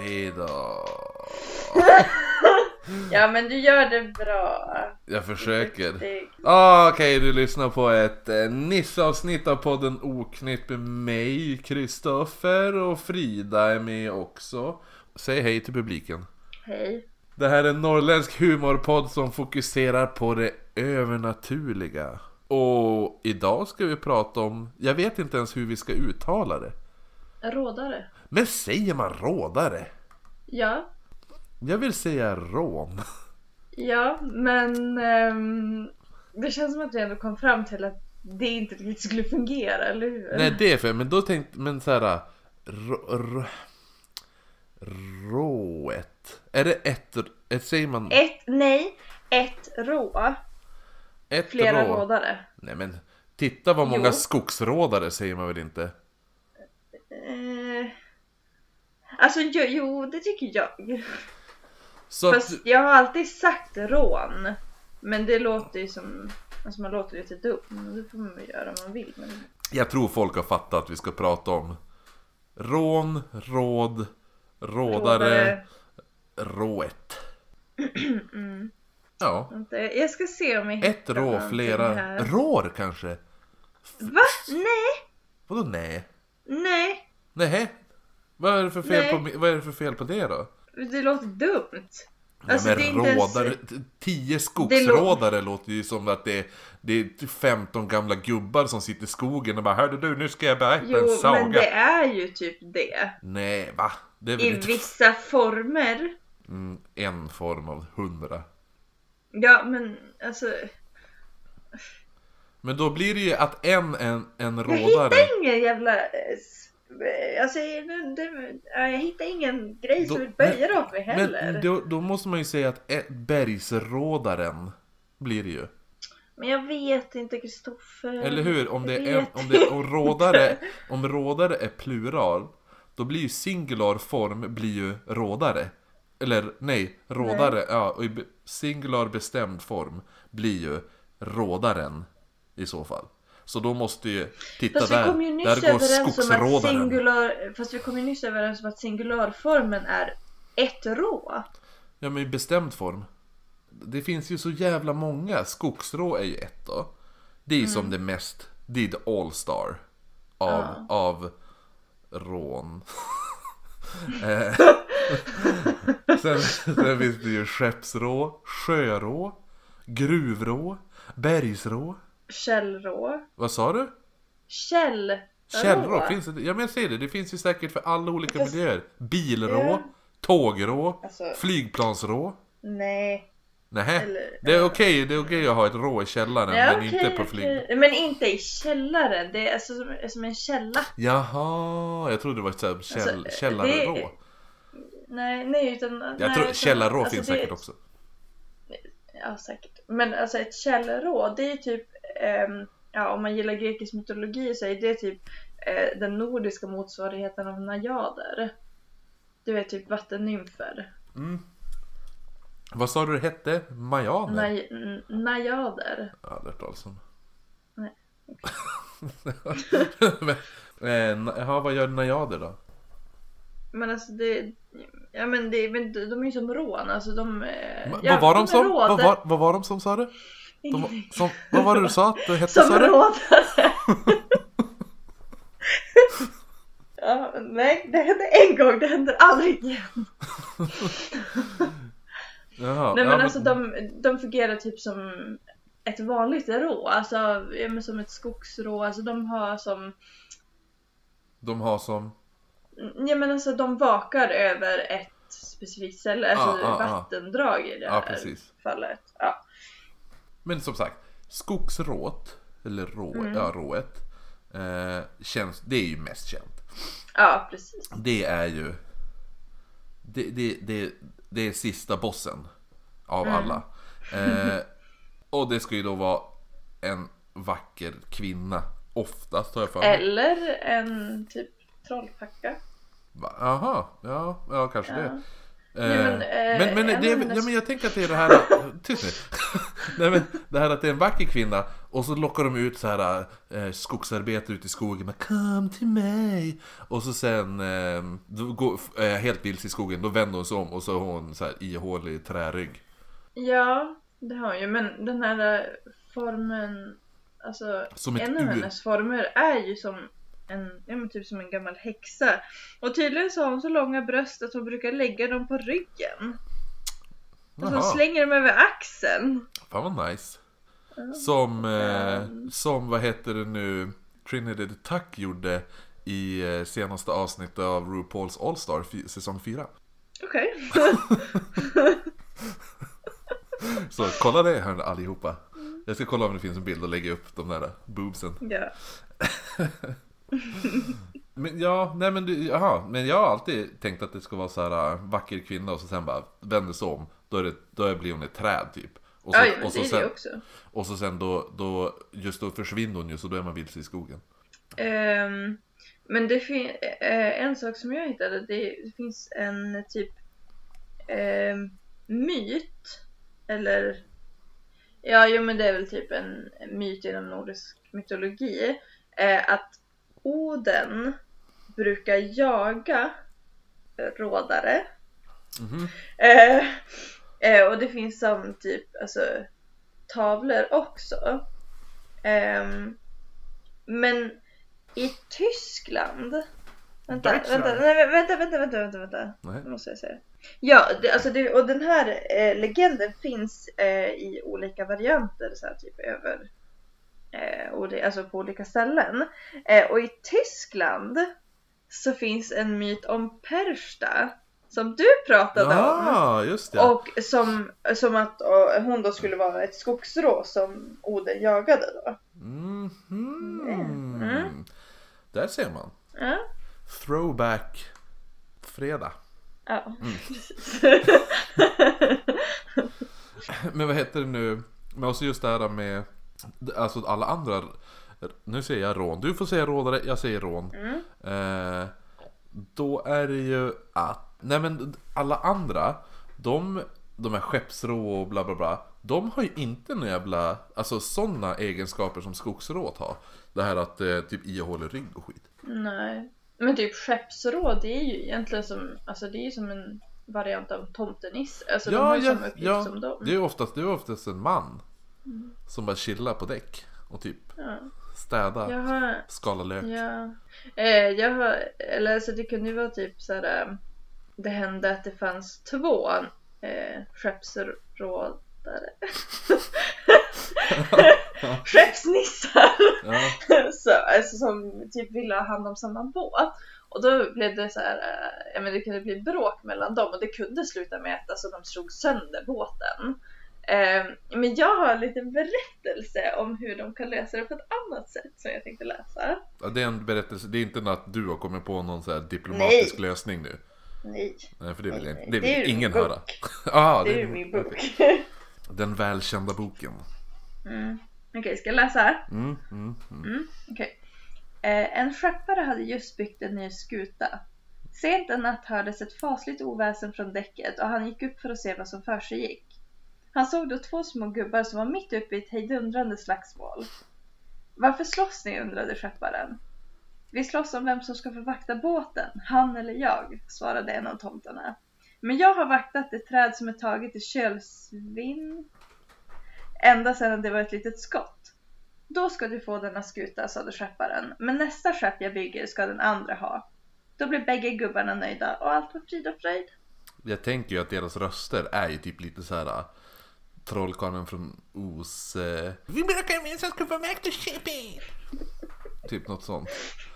Hej då. Ja, men du gör det bra. Jag försöker. Det... Okej, du lyssnar på ett Nisse-avsnitt av podden Oknytt med mig, Kristoffer, och Frida är med också. Säg hej till publiken. Hej. Det här är en norrländsk humorpodd som fokuserar på det övernaturliga. Och idag ska vi prata om, jag vet inte ens hur vi ska uttala det. Rådare. Men säger man rådare? Ja. Jag vill säga rån. Ja, men det känns som att vi ändå kom fram till att det inte riktigt skulle fungera, eller hur? Nej, det är för, men då tänkte, men så här, rået. Är det ett säger man? Ett rå. Ett Flera rå. rådare. Nej, men titta vad många Jo. skogsrådare säger man väl inte? Alltså, jo, det tycker jag. Så Fast jag har alltid sagt rån. Men det låter ju som... Alltså man låter lite dum. Det får man väl göra om man vill. Men... jag tror folk har fattat att vi ska prata om rån, råd, rådare, rået. Mm. Ja. Jag ska se om jag hittar Ett rå, någonting flera här. rår kanske. Va? Nej. Vadå nej? Nej. Nej. Vad är det för fel Nej. på det då? Det låter dumt. Ja, Alltså, men det är inte ens... rådare, 10 skogsrådare låter ju som att det är 15 gamla gubbar som sitter i skogen och bara, hörde du, nu ska jag berätta en saga. Men det är ju typ det. Nej, va? Det är väl I inte... vissa former. En form av 100. Ja, men alltså... Men då blir det ju att en Jag rådare... hittar ingen jävla... Alltså, jag hittar ingen grej som vill böja det åt mig heller. Men då måste man ju säga att bergsrådaren blir det ju. Men jag vet inte, Kristoffer. Eller hur? Om rådare är plural, då blir ju singular form blir ju rådare. Eller nej, rådare, nej. Ja, och i singular bestämd form blir ju rådaren i så fall. Så då måste ju titta fast där. Där går skogsrådaren. Fast vi kom ju nyss överens om att singularformen är ett rå. Ja, men i bestämd form. Det finns ju så jävla många. Skogsrå är ju ett då. Det är ju som det mest. Det är the all-star av rån. sen finns det ju skeppsrå, sjörå, gruvrå, bergsrå. Källrå. Vad sa du? Källrå. Finns det? Ja, men jag säger det. Det finns ju säkert för alla olika miljöer. Bilrå, tågrå, alltså, flygplansrå. Nej. Det är okej att ha ett rå i källaren, men inte på flyg. Men inte i källaren. Det är alltså som en källa. Jaha, jag trodde det var ett sånt källarrå. Nej, utan jag tror källarrå alltså, finns säkert också. Ja, säkert. Men alltså ett källrå, det är typ om man gillar grekisk mytologi så är det typ den nordiska motsvarigheten av najader. Du vet, typ vattennymfer. Vad sa du det hette? Majaner? Najader. Ja, det är alltså. Nej. Men, vad gör najader då? Men alltså men de är ju som rån. Alltså vad var de som sa det? Vad var det du sa att det hette? Som rådare. Ja, nej, det hände en gång. Det händer aldrig igen. Jaha, nej, men alltså de fungerar typ som ett vanligt rå. Alltså som ett skogsrå. Alltså de har som ja, men alltså de vakar över ett specifikt ställe. Alltså vattendrag i det här fallet. Ja. Men som sagt, skogsrået eller rået det är ju mest känt. Ja, precis. Det är ju det är sista bossen av alla. Och det ska ju då vara en vacker kvinna, oftast har jag för mig. Eller en typ trollpacka. Jaha, ja kanske det. Men men jag tänker att det är det här. Tyst nu. Nej men det här att det är en vacker kvinna. Och så lockar de ut så här skogsarbetare ut i skogen. Men kom till mig. Och så sen då går helt vilse i skogen. Då vänder hon sig om. Och så har hon så här ihålig trärygg. Ja, det har hon ju. Men den här formen, alltså Som en av hennes former är ju som typ som en gammal häxa. Och tydligen så har hon så långa bröst att hon brukar lägga dem på ryggen. Alltså hon slänger dem över axeln. Fan vad nice. Som vad heter det nu, Trinity the Tuck gjorde i senaste avsnittet av RuPaul's All Star säsong 4. Okej. Så kolla det här allihopa. Jag ska kolla om det finns en bild och lägga upp de där boobsen. Ja. Men ja, nej men men jag har alltid tänkt att det ska vara så här vacker kvinna och så sen bara vänder sig om. Då blir hon ett träd typ. Och så, ja, men det är det också. Och så sen då just då försvinner hon ju, så då är man vilse i skogen. Men det finns en sak som jag hittade. Det finns en typ myt. Eller men det är väl typ en myt inom nordisk mytologi. Att Oden brukar jaga rådare. Och det finns som typ alltså tavlor också. Men i Tyskland vänta. Nej. Måste jag säga. Ja, och den här legenden finns i olika varianter så här, typ över alltså på olika ställen. Och i Tyskland så finns en myt om Persta som du pratade om. Ja, just det. Och som att hon då skulle vara ett skogsrå som Oden jagade då. Där ser man. Ja. Throwback fredag. Ja. Men vad heter det nu? Men också just det här med alltså alla andra. Nu säger jag rån. Du får säga rådare, jag säger rån. Då är det ju att alla andra, de här skeppsrå och bla bla bla, de har ju inte några jävla, alltså sådana egenskaper som skogsrået har. Det här att typ ihåller rygg och skit. Nej. Men typ skeppsrå, det är ju egentligen som, alltså det är ju som en variant av tomtenisse. Alltså de har ju samma uppgift som dem. Det är oftast en man som bara chillar på däck och typ städa, skala lök. Ja. Alltså det kunde ju vara typ så här. Det hände att det fanns 2 skeppsrådare. Skeppsnissar. Alltså, som typ ville ha hand om samma båt. Och då blev det så här, det kunde bli bråk mellan dem. Och det kunde sluta med att alltså, de slog sönder båten. Men jag har en liten berättelse om hur de kan lösa det på ett annat sätt som jag tänkte läsa. Ja, det är en berättelse, det är inte att du har kommit på någon så här diplomatisk lösning nu. Nej, för det vill ingen höra. Det är min bok. Okay. Den välkända boken. Okej, ska jag läsa här? Okej. En skeppare hade just byggt en ny skuta. Sent en natt hördes ett fasligt oväsen från däcket och han gick upp för att se vad som för sig gick. Han såg då 2 små gubbar som var mitt uppe i ett hejdundrande slagsmål. Varför slåss ni, undrade skepparen. Vi slåss om vem som ska få vakta båten, han eller jag, svarade en av tomtarna. Men jag har vaktat ett träd som är taget i kölsvinn ända sedan det var ett litet skott. Då ska du få denna skuta, sade skepparen. Men nästa skepp jag bygger ska den andra ha. Då blir bägge gubbarna nöjda och allt var frid och fröjd. Jag tänker ju att deras röster är ju typ lite så här trollkarlen från Os. Vi brukar minst att ska få back to shipping. Typ något sånt.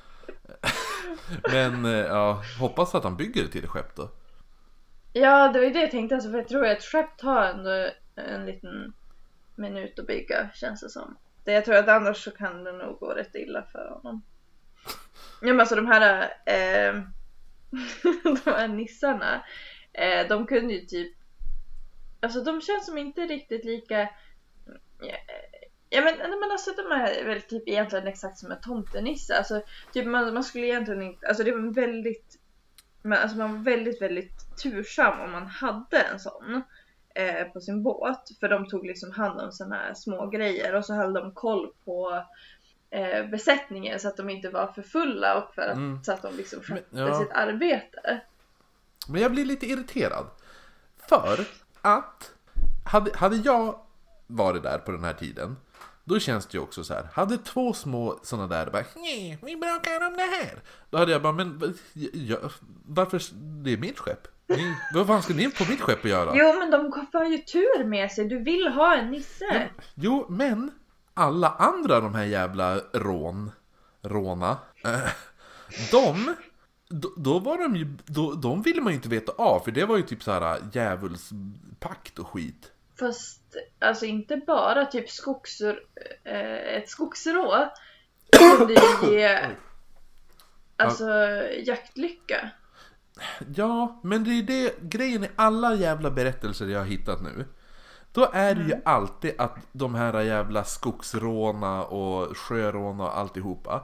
Men hoppas att han bygger det till ett skepp då. Ja, det var det jag tänkte alltså, för jag tror att ett skepp tar ändå en liten minut att bygga, känns det som. Jag tror att annars så kan det nog gå rätt illa för honom. Ja, men alltså de här nissarna, de kunde ju typ, alltså de känns som inte riktigt lika, men alltså de är väl typ egentligen exakt som en tomtenisse. Alltså typ man skulle egentligen inte, alltså det var väldigt, man var väldigt väldigt tursam om man hade en sån. på sin båt. För de tog liksom hand om såna här små grejer. Och så höll de koll på besättningen så att de inte var för fulla. Och för att, så att de liksom skötte sitt arbete. Men jag blir lite irriterad. För att hade jag varit där på den här tiden, då känns det ju också så här. Hade två små såna där bara, nej, vi bråkar om det här. Då hade jag bara, men varför, det är mitt skepp. Vad fan ska ni på mitt skepp att göra? Jo, men de har ju tur med sig. Du vill ha en nisse. Jo, men alla andra de här jävla råna, då var de ju, de ville man ju inte veta av, för det var ju typ så här djävulspakt och skit. Fast alltså inte bara typ ett skogsrå kunde ju ge alltså jaktlycka. Ja, men det är det grejen i alla jävla berättelser jag har hittat nu. Då är det ju alltid att de här jävla skogsråna och sjöråna och alltihopa,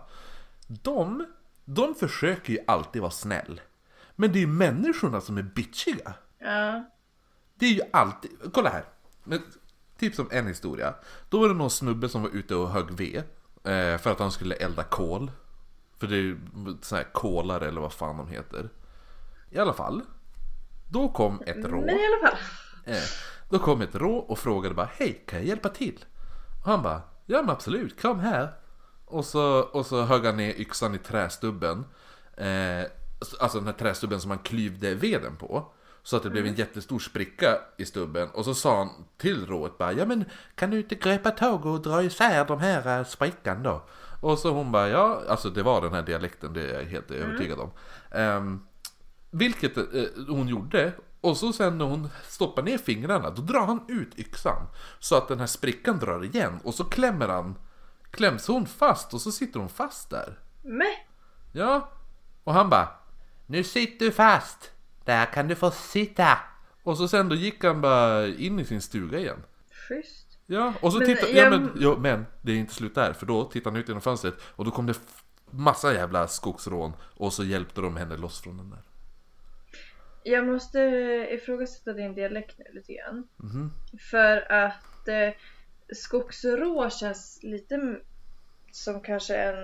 de försöker ju alltid vara snäll. Men det är ju människorna som är bitchiga. Ja. Det är ju alltid, kolla här. Typ som en historia. Då var det någon snubbe som var ute och högg ved för att han skulle elda kol. För det är ju sån här kolare eller vad fan de heter. I alla fall. Då kom ett rå. Men i alla fall. Då kom ett rå och frågade bara, hej, kan jag hjälpa till? Och han bara, ja men absolut, kom här. Och så högg han ner yxan i trästubben. Alltså den här trästubben som man klyvde veden på. Så att det blev en jättestor spricka i stubben. Och så sa han till rået bara, ja men kan du inte gröpa tag och dra isär de här sprickan då? Och så hon bara, ja, alltså det var den här dialekten, det är jag helt övertygad om. Vilket hon gjorde. Och så sen när hon stoppar ner fingrarna, då drar han ut yxan. Så att den här sprickan drar igen. Och så kläms hon fast och så sitter hon fast där. Men? Ja. Och han bara, nu sitter du fast. Där kan du få sitta. Och så sen då gick han bara in i sin stuga igen. Schysst. Ja, och så men det är inte slut där. För då tittade han ut genom fönstret. Och då kom det massa jävla skogsrån. Och så hjälpte de henne loss från den där. Jag måste ifrågasätta din dialekt nu lite grann. För att skogsrå känns lite som kanske en...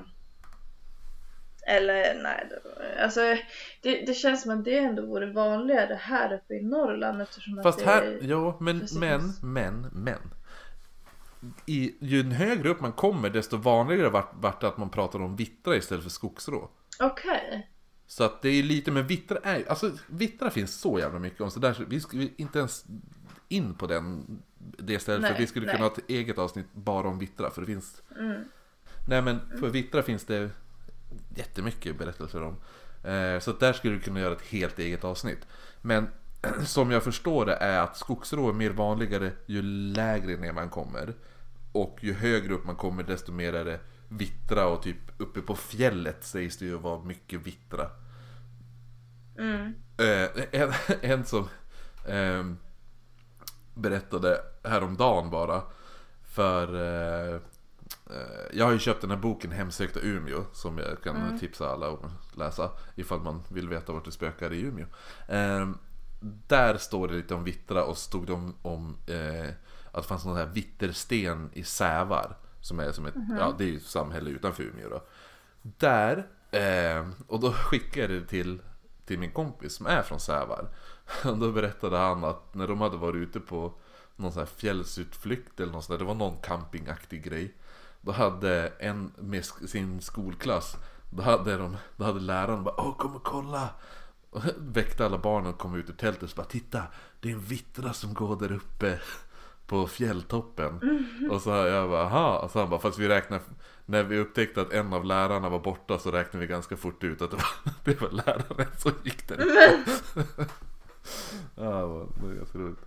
Eller nej, alltså det känns som att det ändå vore vanligare här uppe i Norrland eftersom fast att här, jo, men ju högre upp man kommer desto vanligare vart att man pratar om vittra istället för skogsrå. Okej. Så att det är lite med vittra alltså vittra finns så jävla mycket om så där vi skulle inte ens in på det stället för vi skulle kunna ha ett eget avsnitt bara om vittra för det finns. Nej men för vittra finns det jättemycket berättelser om. Så att där skulle du kunna göra ett helt eget avsnitt. Men som jag förstår det är att skogsrå är mer vanligare ju lägre ner man kommer. Och ju högre upp man kommer desto mer är det vittra. Och typ uppe på fjället sägs det ju vara mycket vittra. En som berättade häromdagen bara. För jag har ju köpt den här boken Hemsökta Umeå som jag kan tipsa alla om att läsa ifall man vill veta vart det spökar i Umeå. Där står det lite om vittra och stod det om att det fanns någon här vittersten i Sävar som är som ett, ja det är ju samhälle utanför Umeå då. Där, och då skickade jag det till min kompis som är från Sävar. Och då berättade han att när de hade varit ute på någon sån här fjällsutflykt eller något sånt där, det var någon campingaktig grej. Då hade en med sin skolklass, då hade läraren bara, kom och kolla. Och väckte alla barnen och kom ut ur tältet och bara, titta, det är en vittra som går där uppe på fjälltoppen. Och så jag bara, aha. Och så han bara, fast vi räknar, när vi upptäckte att en av lärarna var borta så räknade vi ganska fort ut att det var läraren som gick där. Ja, det var ganska roligt.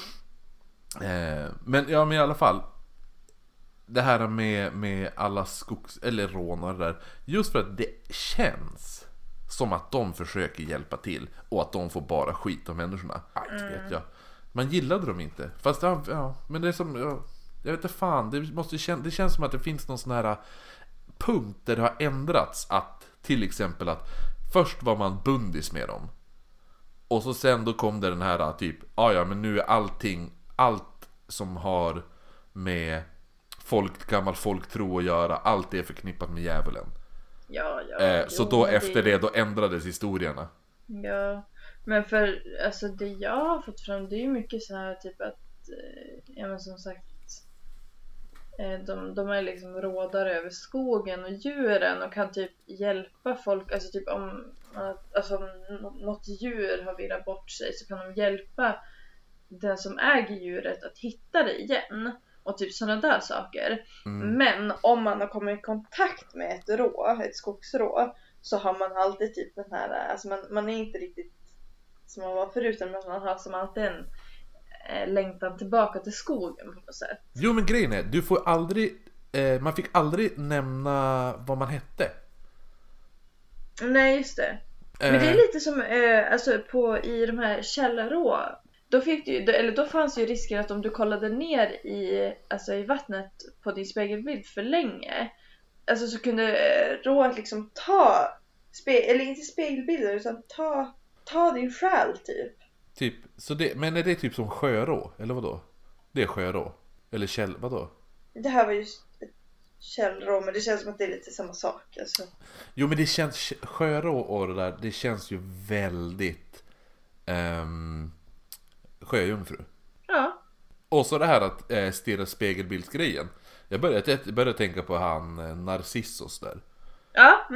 Men i alla fall, det här med alla eller rånare där, just för att det känns som att de försöker hjälpa till och att de får bara skit av människorna. Vet jag. Man gillade dem inte. Fast men det är som jag vet inte fan, det känns som att det finns någon sån här punkt där det har ändrats, att till exempel att först var man bundis med dem. Och så sen då kom det den här typ, ja men nu är allt som har med gammal folktro att göra, allt är förknippat med djävulen. Så då efter det då ändrades historierna. Ja, men för alltså det jag har fått fram, det är ju mycket så här typ att ja men som sagt de är liksom rådare över skogen och djuren och kan typ hjälpa folk, alltså typ om något djur har virrat bort sig så kan de hjälpa den som äger djuret att hitta det igen och typ sådana där saker. Men om man har kommit i kontakt med ett skogsrå, så har man alltid typ den här, alltså man är inte riktigt som man var förut, men man har som alltid en längtan tillbaka till skogen på något sätt. Jo men grejen är, du får aldrig man fick aldrig nämna vad man hette. Nej just det. Men det är lite som alltså i de här källrå, då fanns ju risken att om du kollade ner i vattnet på din spegelbild för länge, alltså så kunde rået liksom eller inte spegelbilder utan ta din själ typ. Så men är det typ som sjörå eller vadå? Det är sjörå eller vadå? Det här var ju ett källrå, men det känns som att det är lite samma sak alltså. Jo men det känns sjörå och det där, det känns ju väldigt sjöjungfru. Ja. Och så det här att stirra spegelbildsgrejen. Jag började tänka på han Narcissus där. Ja.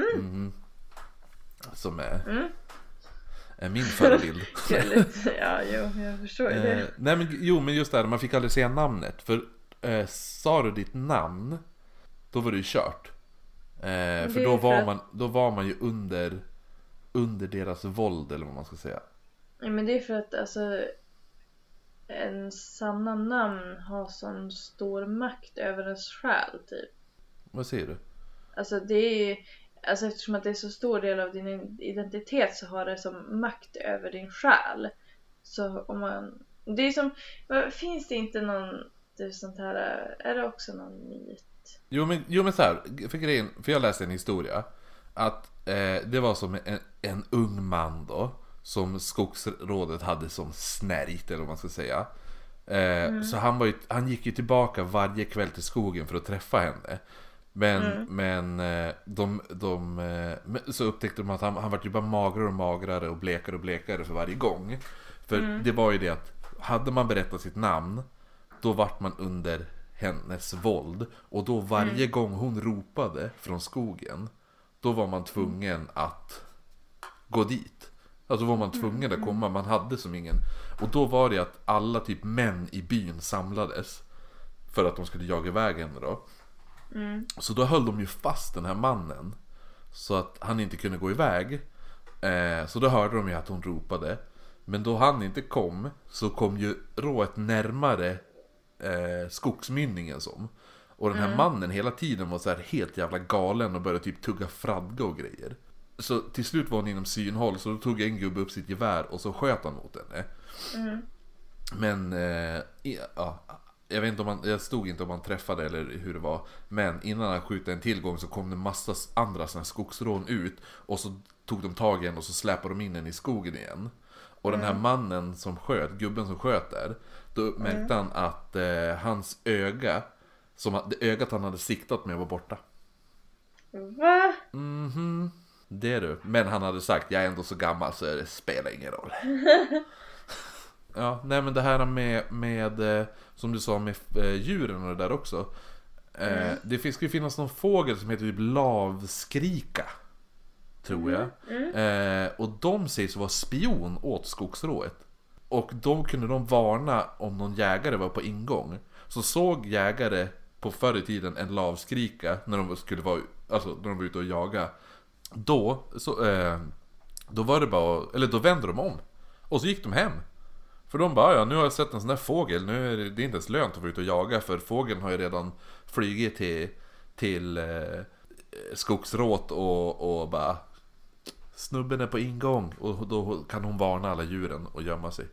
Som är min förebild. Ja, jag förstår det. Nej men just det här, man fick aldrig säga namnet. För sa du ditt namn, då var det ju kört. För då var man ju under deras våld, eller vad man ska säga. Ja, men det är för att alltså en sanna namn har sån stor makt över ens själ typ. Vad säger du? Alltså det är alltså eftersom att det är så stor del av din identitet, så har det som makt över din själ. Så om man, det är som, finns det inte någon sånt här, är det också någon myt? Jo men så här, för jag läste en historia att det var som en ung man då som skogsrådet hade som snärjt, eller vad man ska säga. Så han gick ju tillbaka varje kväll till skogen för att träffa henne. Men så upptäckte de att han var ju bara magrare och magrare och blekare för varje gång. För det var ju det att hade man berättat sitt namn, då vart man under hennes våld. Och då varje gång hon ropade från skogen, då var man tvungen att gå dit. Alltså var man tvungen att komma, man hade som ingen. Och då var det att alla typ män i byn samlades för att de skulle jaga iväg henne då. Så då höll de ju fast den här mannen så att han inte kunde gå iväg. Så då hörde de ju att hon ropade. Men då han inte kom, så kom ju rået närmare skogsmynningen som. Och den här mannen hela tiden var så här helt jävla galen och började typ tugga fradga och grejer. Så till slut var hon inom synhåll, så då tog en gubbe upp sitt gevär och så sköt han mot henne. Men jag vet inte jag stod inte om han träffade eller hur det var. Men innan han skjuter en tillgång så kom det massa andra såna skogsrån ut. Och så tog de tag i en och så släpade de in den i skogen igen. Och den här mannen som sköt, gubben som sköt där, då märkte han att hans öga, det ögat han hade siktat med, var borta. Va? Det är du. Men han hade sagt, jag är ändå så gammal så det spelar ingen roll. Ja, nej men det här med som du sa med djuren och det där också. Det ska ju finnas någon fågel som heter typ lavskrika, tror jag. Och de sägs vara spion åt skogsrået. Och då kunde de varna om någon jägare var på ingång. Så såg jägare på förr i tiden en lavskrika när de skulle vara, alltså när de var ute och jaga. Då var det bara, eller då vände de om och så gick de hem. För de bara, ja nu har jag sett en sån där fågel, nu är det inte ens lönt att vara ute och jaga, för fågeln har ju redan flygit till skogsråt och bara, snubben är på ingång, och då kan hon varna alla djuren och gömma sig.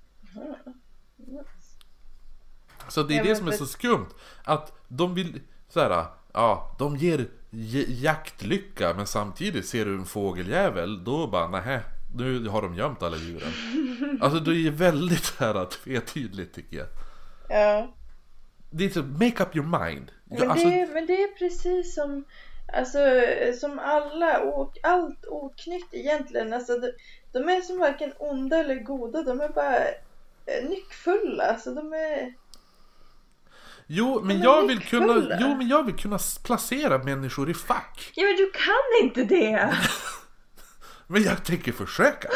Så det är det som är så skumt, att de vill så här, ja, de ger jaktlycka, men samtidigt ser du en fågeljävel, då bara, nähä, Nu har de gömt alla djuren. Alltså det är ju väldigt här tvetydigt tycker jag. Ja. Det är så, make up your mind. Men, Alltså, men det är precis som, alltså, som alla och allt oknytt egentligen. Alltså, de är som varken onda eller goda. De är bara nyckfulla. Alltså, de är... Jo, men jag vill kunna placera människor i fack. Ja, men du kan inte det. Men jag tänker försöka.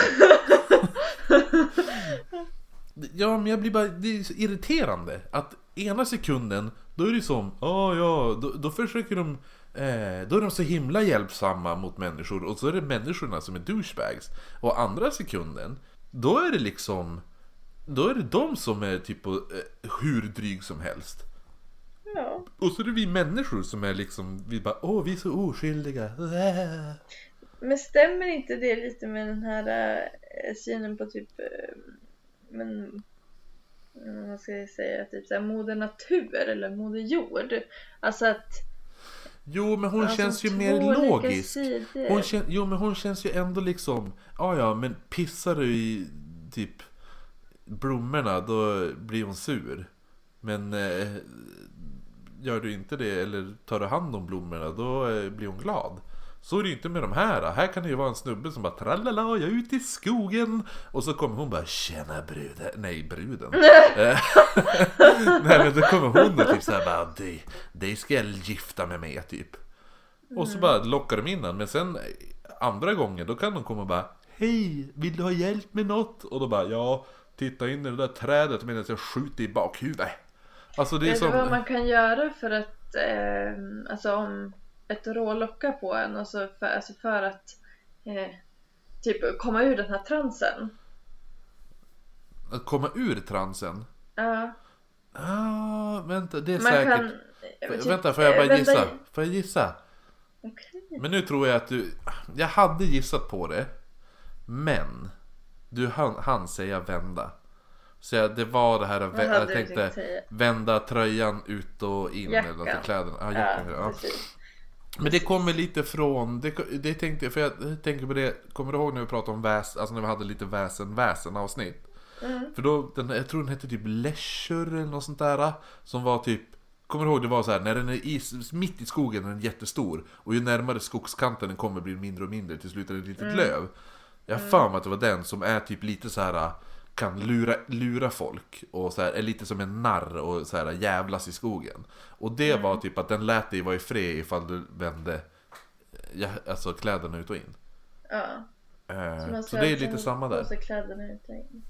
Ja, men jag blir bara, det är så irriterande att ena sekunden då är det som, då försöker de, då är de så himla hjälpsamma mot människor och så är det människorna som är douchebags. Och andra sekunden då är det liksom, då är det de som är typ hur dryg som helst. Ja. Och så är det vi människor som är liksom, vi bara, vi är så oskyldiga. Men stämmer inte det lite med den här synen på typ, men vad ska jag säga, typ så här moder natur eller moder jord? Alltså att... Jo, men hon känns ju mer logisk. Men hon känns ju ändå liksom, men pissar du i typ blommorna då blir hon sur. Men gör du inte det eller tar du hand om blommorna då blir hon glad. Så är det ju inte med de här. Här kan det ju vara en snubbe som bara trallala, jag är ute i skogen. Och så kommer hon bara, tjena bruden. Nej, bruden. Nej, men då kommer hon och typ såhär bara, det ska jag gifta med mig typ. Och så bara lockar de in den. Men sen andra gången då kan de komma och bara, hej, vill du ha hjälp med något? Och då bara, ja, titta in i det där trädet medan jag skjuter i bakhuvudet. Alltså det är som... vad man kan göra för att alltså om ett rå lockar på en och så för att typ komma ur den här transen. Att komma ur transen? Ja. Vänta, det är man säkert vänta, får jag bara gissa? Får jag gissa? Okay. Men nu tror jag att jag hade gissat på det. Men du hann säga vända. Så det var det här jag tänkte vända tröjan ut och in jackan. Eller något, kläderna. Ja. Men det kommer lite från det tänkte jag, för jag tänker på det. Kommer du ihåg när vi pratade om alltså när vi hade lite väsen avsnitt? För då jag tror den hette typ Leisure eller något sånt där som var typ, kommer du ihåg det var så här när den är mitt i skogen är den jättestor och ju närmare skogskanten den kommer blir mindre och mindre till slut är det ett litet löv. Jag har för mig att det var den som är typ lite så här kan lura folk och så här, är lite som en narr och så här jävlas i skogen. Och det var typ att den lät dig vara i fred ifall du vände alltså kläderna ut och in. Ja. Så det är lite samma där. Kläderna ut och in.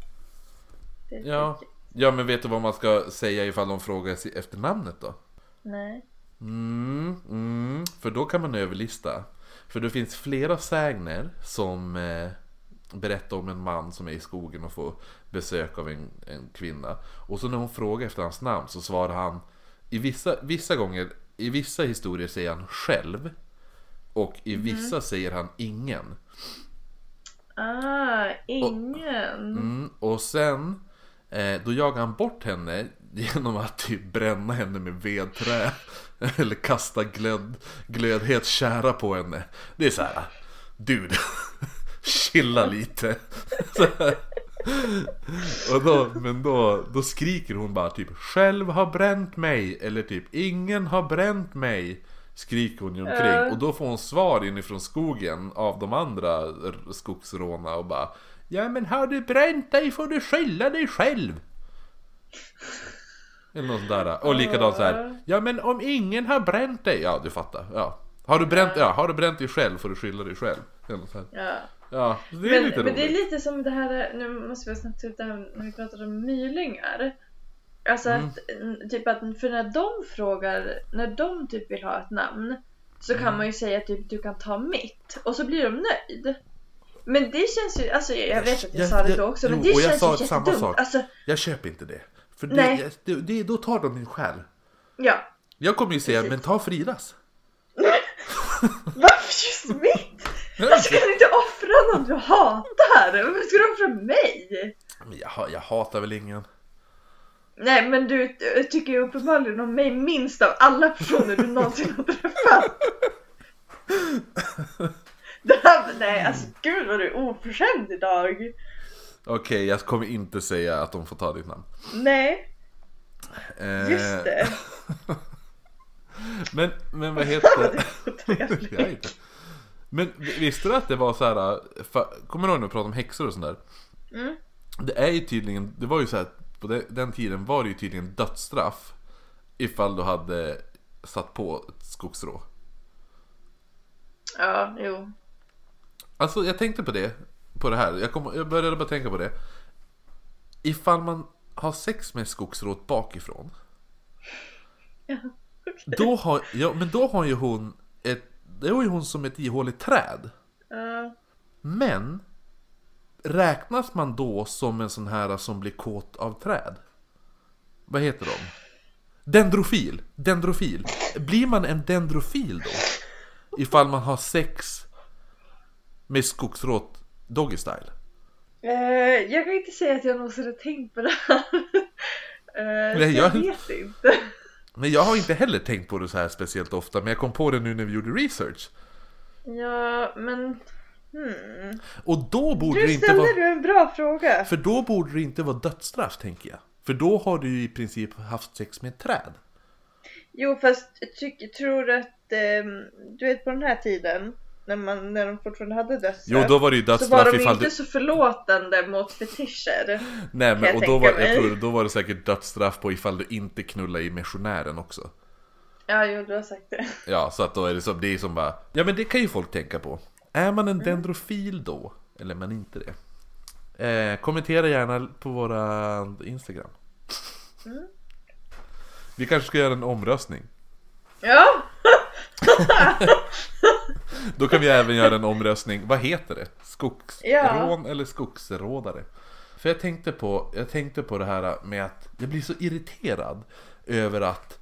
Ja, men vet du vad man ska säga ifall de frågar efter namnet då? Nej. För då kan man överlista. För det finns flera sägner som berättar om en man som är i skogen och får besök av en kvinna. Och så när hon frågar efter hans namn så svarar han i vissa gånger, i vissa historier säger han själv och i vissa säger han ingen. Ingen. Och sen då jagar han bort henne genom att typ bränna henne med vedträ eller kasta glödhet kära på henne. Det är så här, dude, chilla lite. Och då skriker hon bara typ, själv har bränt mig, eller typ ingen har bränt mig, skriker hon omkring. Och då får hon svar inifrån skogen av de andra skogsråna och bara, ja men har du bränt dig får du skylla dig själv. Eller något sånt där. Och likadant så här, ja men om ingen har bränt dig, ja du fattar, ja. Har du bränt dig själv får du skylla dig själv. Eller så här. Ja, det är lite roligt. Men det är lite som det här, nu måste vi snabbt ta ut det här när vi pratar om mylingar. Alltså att typ att för när de typ vill ha ett namn så kan man ju säga typ du kan ta mitt och så blir de nöjd. Men det känns ju, alltså jag vet att jag sa det då också, men det känns ju jättedumt. Alltså, jag köper inte det. För då tar de min själ. Ja. Jag kommer ju säga, men ta Fridas. Varför just mitt? Jag ska inte offra någon du hatar. Varför ska du offra mig? Men jag hatar väl ingen. Nej, men du tycker ju uppenbarligen om mig minst av alla personer du någonsin har träffat. Nej, alltså gud vad du är oförskämd idag. Okej, jag kommer inte säga att de får ta ditt namn. Nej, just det. Men vad heter det? Men visste du att det var så här, kommer du ihåg när vi pratade om häxor och sånt där? Mm. Det är ju tydligen, det var ju så här, på den tiden var det ju tydligen dödsstraff ifall du hade satt på ett skogsrå. Ja, jo. Alltså jag tänkte på det här. Jag började bara tänka på det. Ifall man har sex med skogsrået bakifrån. Ja, okay. Då har ju hon det är ju hon som ett ihåligt träd. Men räknas man då som en sån här som blir kåt av träd? Vad heter de? Dendrofil. Blir man en dendrofil då? Ifall man har sex med skogsrået doggy style. Jag kan inte säga att jag någonsin har tänkt på det här. Nej, jag vet inte. Men jag har inte heller tänkt på det så här speciellt ofta. Men jag kom på det nu när vi gjorde research. Ja, men... Och då borde det inte vara... Du en bra fråga. För då borde det inte vara dödsstraff, tänker jag. För då har du ju i princip haft sex med ett träd. Jo, fast jag tror att... du vet, på den här tiden... När de fortfarande hade dödsstraff. Jo, då var det ju dödsstraff. Så var de inte så förlåtande mot fetischer. Nej, men och jag tror då var det säkert dödsstraff på ifall du inte knullar i missionären också. Ja, jo, du har sagt det. Ja, så att då är det är som bara... Ja, men det kan ju folk tänka på. Är man en dendrofil då? Eller är man inte det? Kommentera gärna på våra Instagram. Vi kanske ska göra en omröstning. Ja! Då kan vi även göra en omröstning. Vad heter det? Skogsrån eller skogsrådare? För jag tänkte på det här med att jag blir så irriterad över att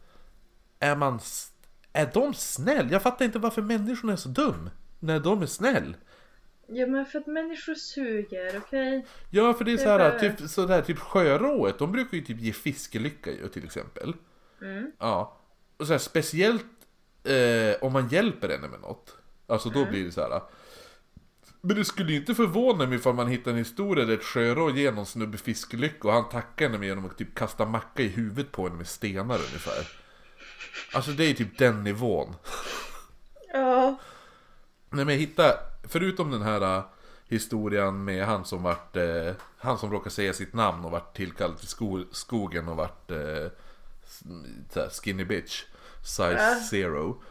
är de snäll? Jag fattar inte varför människorna är så dum när de är snäll. Ja, men för att människor suger, okej? Ja, för det är så här, typ sjörået, de brukar ju typ ge fiskelycka ju, till exempel. Ja. Och så här, speciellt om man hjälper henne med något. Alltså då blir det så här. Men det skulle ju inte förvåna mig ifall man hittar en historia där ett sjörå ger någon snubbe fiskelycka och han tackar henne med genom att typ kasta macka i huvudet på henne med stenar ungefär. Alltså det är typ den nivån. Ja. Nej, men jag hittar, förutom den här historien med han som råkade säga sitt namn och vart tillkallad till skogen och vart skinny bitch size 0.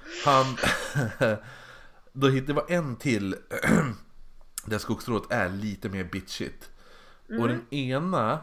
Det var en till där skogsrået är lite mer bitchigt. Och den ena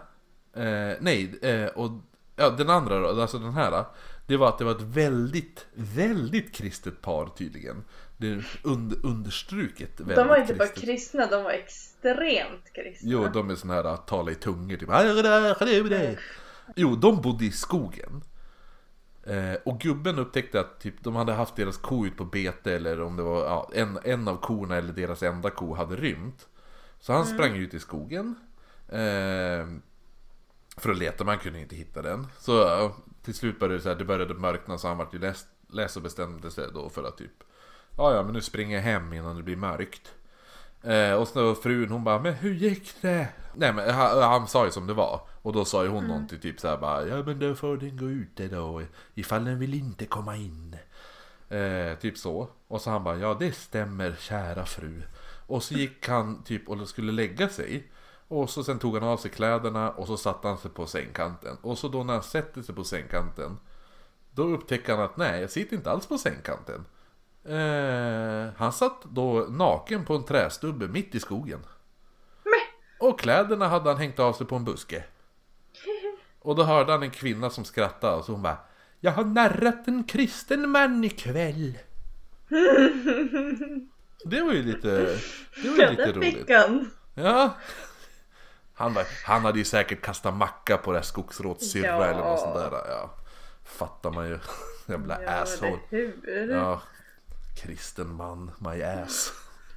den andra då, alltså den här, det var att det var ett väldigt, väldigt kristet par tydligen. Det är understruket väldigt. De var inte bara kristna, de var extremt kristna. Jo, de är såna här tala i tungor typ. Jo, de bodde i skogen. Och gubben upptäckte att typ, de hade haft deras ko ut på bete, eller om det var en av korna eller deras enda ko hade rymt. Så han sprang ut i skogen för att leta, man kunde inte hitta den. Så till slut började det började mörkna, så han var ju läs och bestämde sig då för att typ men nu springer jag hem innan det blir mörkt. Och så frun, hon bara, men hur gick det? Nej, men han sa ju som det var. Och då sa ju hon någonting typ så här bara, ja men då får den gå ut då ifall den vill inte komma in. Typ så. Och så han bara, ja det stämmer kära fru. Och så gick han typ och skulle lägga sig. Och så sen tog han av sig kläderna och så satte han sig på sängkanten. Och så då när han sätter sig på sängkanten, då upptäcker han att nej, jag sitter inte alls på sängkanten. Han satt då naken på en trästubbe mitt i skogen. Och kläderna hade han hängt av sig på en buske. Och då hörde han en kvinna som skrattade. Och så hon bara, jag har narrat en kristen man ikväll. Det var ju lite roligt. Ja. Han hade ju säkert kastat macka på det här skogsrådssyrra eller något sånt där. Ja, fattar man ju. Jävla asshole. Ja, kristen man, my ass.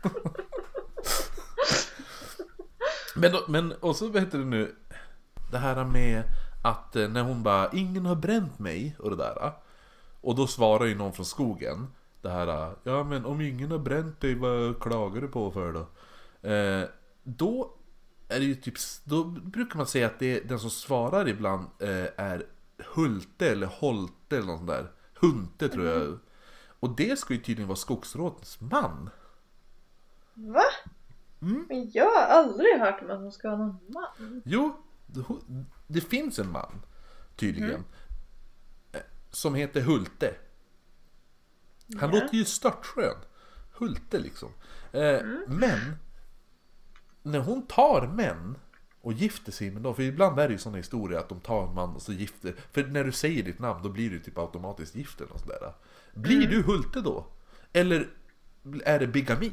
Men och så vet du nu det här med att när hon bara, ingen har bränt mig och det där. Och då svarar ju någon från skogen. det här, ja men om ingen har bränt dig, vad klagar du på för då? Då är det ju typ, då brukar man säga att det är den som svarar ibland är Hulte eller Holte eller något sånt där. Hunte tror jag. Och det ska ju tydligen vara skogsrådens man. Va? Men jag har aldrig hört om att hon ska ha någon man. Jo, det finns en man tydligen som heter Hulte. Han låter ju störtskön. Hulte liksom. Men när hon tar män och gifter sig med dem, för ibland är det ju såna historier att de tar en man och så gifter. För när du säger ditt namn då blir du typ automatiskt gift eller något sådär. Blir du Hulte då? Eller är det bigami?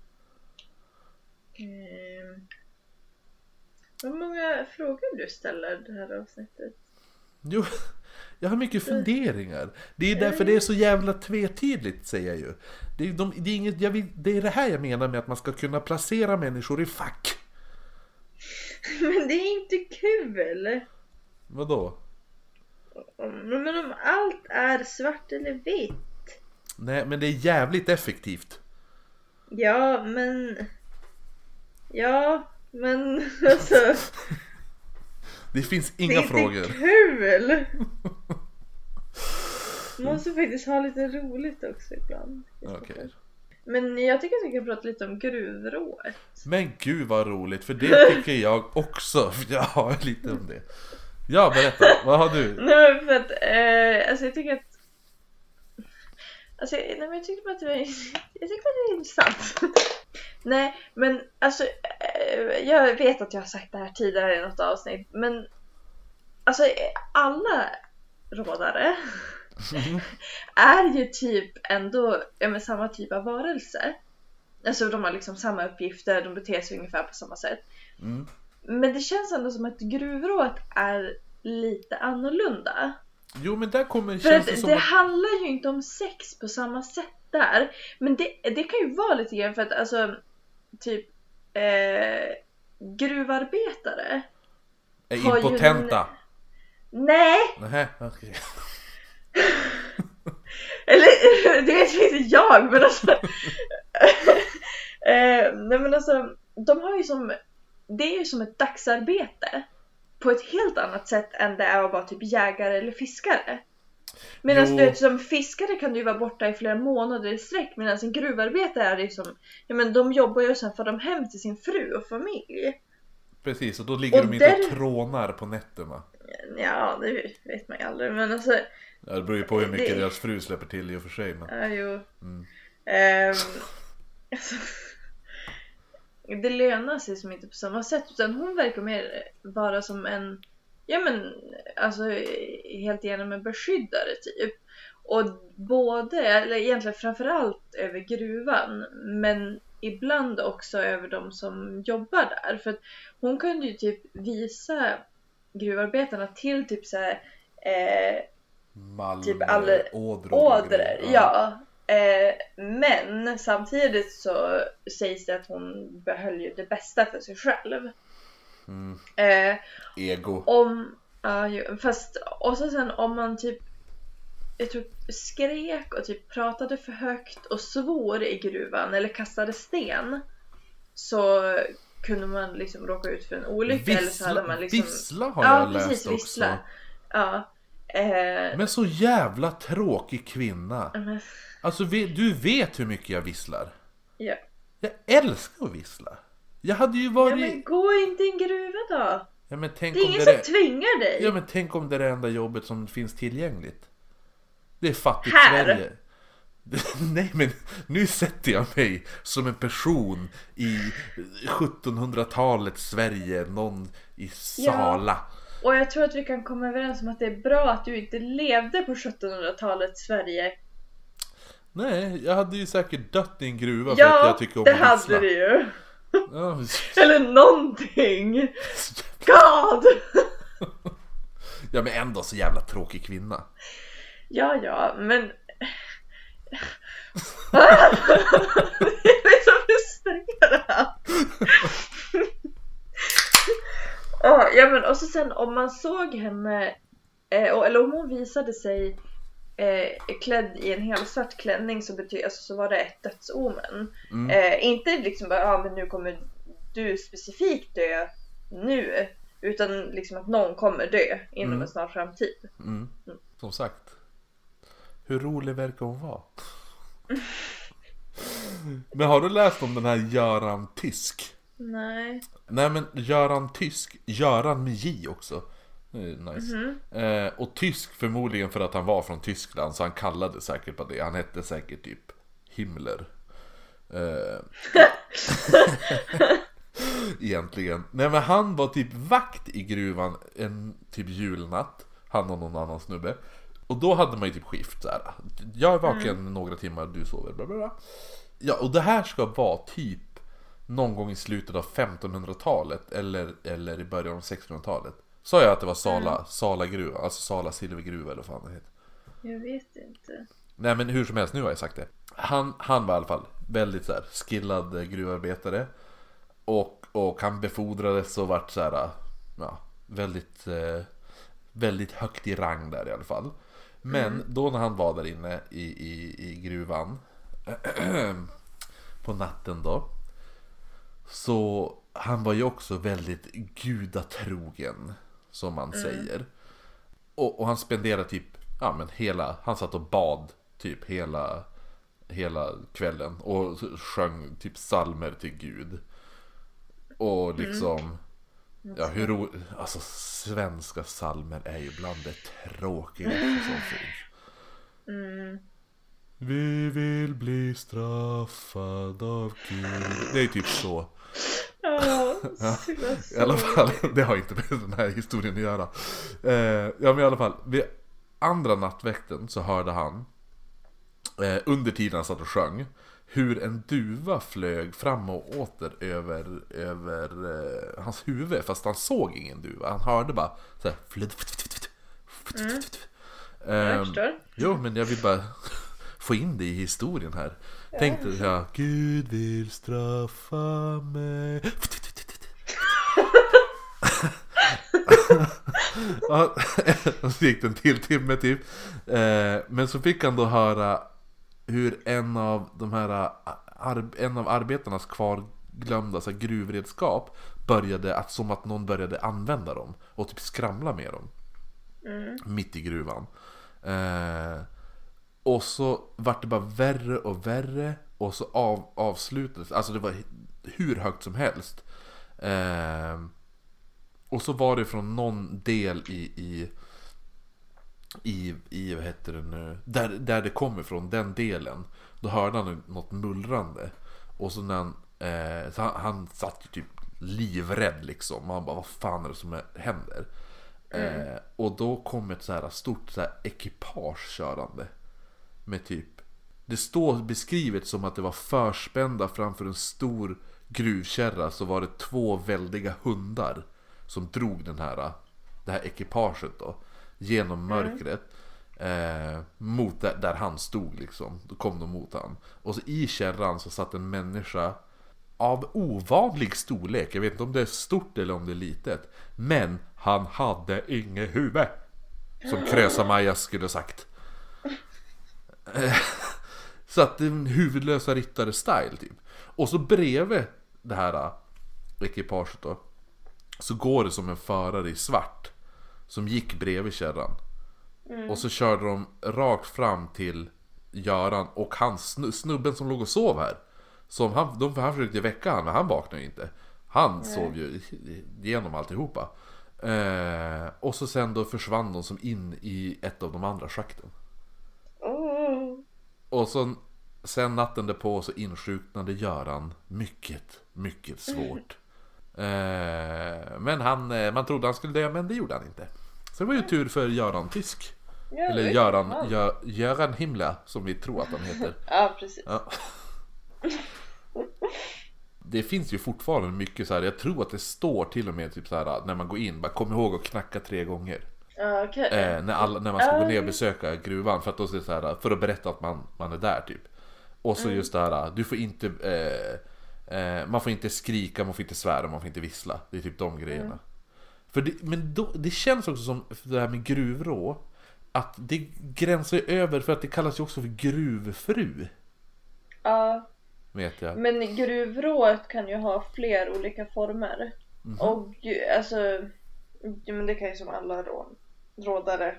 Vad många frågor du ställer det här avsnittet? Jo, jag har mycket funderingar. Det är därför det är så jävla tvetydigt, säger jag ju. Det är inget, det är det här jag menar med att man ska kunna placera människor i fack. Men det är inte kul. Vadå? Men om allt är svart eller vitt. Nej, men det är jävligt effektivt. Ja, men alltså. Det finns inga frågor. Det är inte kul. Man måste faktiskt ha lite roligt också ibland. Okej. Men jag tycker att vi kan prata lite om gruvrået. Men gud vad roligt, för det tycker jag också. Jag har lite om det. Ja, berätta, vad har du? Nej, för att alltså jag tycker att jag tycker att det är intressant. Nej, men alltså jag vet att jag har sagt det här tidigare i något avsnitt, men alltså alla rådare är ju typ ändå med samma typ av varelse. Alltså de har liksom samma uppgifter, de beter sig ungefär på samma sätt. Men det känns ändå som att gruvrået är lite annorlunda. Jo, men där kommer för att det handlar ju inte om sex på samma sätt där. Men det kan ju vara lite grann för att alltså typ gruvarbetare är impotenta. Nej. Nej, okej. Eller det vet inte jag, men alltså nej, men alltså de har ju det är ju som ett dagsarbete på ett helt annat sätt än det är att vara typ jägare eller fiskare. Medan du vet, som fiskare kan du ju vara borta i flera månader i sträck, medan en gruvarbetare är det som, ja men de jobbar ju och sen får de hem till sin fru och familj. Precis, och då ligger de inte och trånar på nätterna. Ja, det vet man ju aldrig, men alltså ja, det beror ju på hur mycket deras fru släpper till i och för sig. Men... Ja, jo. Alltså, det lönar sig som inte på samma sätt, utan hon verkar mer vara som en, ja men alltså helt igenom en beskyddare typ. Och eller egentligen framförallt över gruvan, men ibland också över de som jobbar där. För att hon kunde ju typ visa gruvarbetarna till typ såhär typ alla ådror. Ja. Men samtidigt så sägs det att hon behöll ju det bästa för sig själv. Ego. Fast och så sen om man typ, jag tror, skrek och typ pratade för högt och svor i gruvan eller kastade sten, så kunde man liksom råka ut för en olycka. Eller så hade man liksom... Vissla har jag läst precis, också. Vissla. Ja. Men så jävla tråkig kvinna. Alltså du vet hur mycket jag visslar. Ja. Jag älskar att vissla. Jag hade ju varit... Ja, men gå inte i en gruva då. Ja, men tänk det är ingen som tvingar dig. Ja, men tänk om det är det enda jobbet som finns tillgängligt. Det är fattigt här. Sverige. Nej, men nu sätter jag mig som en person i 1700-talets Sverige, någon i Sala. Ja. Och jag tror att vi kan komma överens om att det är bra att du inte levde på 1700-talets Sverige. Nej, jag hade ju säkert dött i en gruva för att jag tycker om det att vissla. hade du ju. Ja. Eller någonting. God. Ja, men ändå så jävla tråkig kvinna. Ja, men jag är så frustrerad. Ja, men och så sen om man såg henne eller om hon visade sig är klädd i en helt svart klänning så betyder, alltså, så var det ett dödsomen. Inte liksom bara, men nu kommer du specifikt dö nu, utan liksom att någon kommer dö inom en snar framtid. Som sagt, hur rolig verkar hon vara? Men har du läst om den här Göran Tysk? Nej. Nej, men Göran Tysk, Göran med J också. Nice. Och tysk förmodligen för att han var från Tyskland, så han kallade säkert på det. Han hette säkert typ Himmler. Egentligen. Nej, men han var typ vakt i gruvan en typ julnatt. Han och någon annan snubbe. Och då hade man ju typ skift så här. Jag är vaken några timmar, du sover, bla bla bla. Ja, och det här ska vara typ någon gång i slutet av 1500-talet eller i början av 1600-talet. Sa jag att det var Sala gruva, alltså Sala silvergruva eller vad fan det heter? Jag vet inte. Nej, men hur som helst, nu har jag sagt det. Han var i alla fall väldigt så här skillad gruvarbetare. Och han befordrades och vart så här, ja, väldigt högt i rang där i alla fall. Men då när han var där inne i gruvan på natten då, så han var ju också väldigt gudatrogen, som man säger. Och han spenderade typ, ja men han satt och bad typ hela kvällen och sjöng typ psalmer till Gud. Och liksom ja, alltså svenska psalmer är ju bland det tråkigaste som finns. Vi vill bli straffad av Gud. Det är typ så. Ja, i alla fall, det har inte med den här historien att göra. Ja, men i alla fall, vid andra nattväkten så hörde han under tiden han satt och sjöng hur en duva flög fram och åter över hans huvud, fast han såg ingen duva. Han hörde bara så här, jag förstår. Jo, men jag vill bara få in det i historien här. Tänkte jag, Gud vill straffa mig. Ja, så gick det en till timme typ. Men så fick han då höra hur en av arbetarnas kvarglömda så här, gruvredskap började som att någon började använda dem och typ skramla med dem mitt i gruvan. Och så vart det bara värre och värre. Och så avslutades, alltså det var hur högt som helst. Och så var det från någon del i vad heter det nu, där det kommer från, den delen. Då hörde han något mullrande. Och så när han satt ju typ livrädd liksom. Han bara, vad fan är det som händer? Och då kom ett så här stort så här ekipage körande. Med typ, det står beskrivet som att det var förspända framför en stor gruvkärra. Så var det 2 väldiga hundar som drog det här ekipaget då genom mörkret mot där han stod liksom. Då kom de mot han. Och så i kärran så satt en människa av ovanlig storlek. Jag vet inte om det är stort eller om det är litet, men han hade inget huvud, som Krösa-Maja skulle ha sagt. Så att en huvudlösa ryttare style typ. Och så bredvid det här ekipaget då, så går det som en förare i svart som gick bredvid kärran. Och så körde de rakt fram till Göran och hans snubben som låg och sov här. Som han försökte väcka han, men han vaknade ju inte. Han sov ju genom alltihopa. Och så sen då försvann de som in i ett av de andra schakten. Och så sen natten därpå så insjuknade Göran mycket, mycket svårt. Men man trodde han skulle dö, men det gjorde han inte. Så det var ju tur för Göran Tysk. Eller Göran Himmler, som vi tror att han heter. Ja, precis. Ja. Det finns ju fortfarande mycket så här. Jag tror att det står till och med typ så här, när man går in, bara kom ihåg att knacka 3 gånger. Okay. När man ska gå ner och besöka gruvan, för att då är det så här, för att berätta att man är där typ. Och så just det här, du får inte man får inte skrika, man får inte svära, man får inte vissla. Det är typ de grejerna. Men det känns också som det här med gruvrå, att det gränsar över, för att det kallas ju också för gruvfru. Ja. Vet jag. Men gruvrået kan ju ha fler olika former. Och alltså, men det kan ju som alla rådare.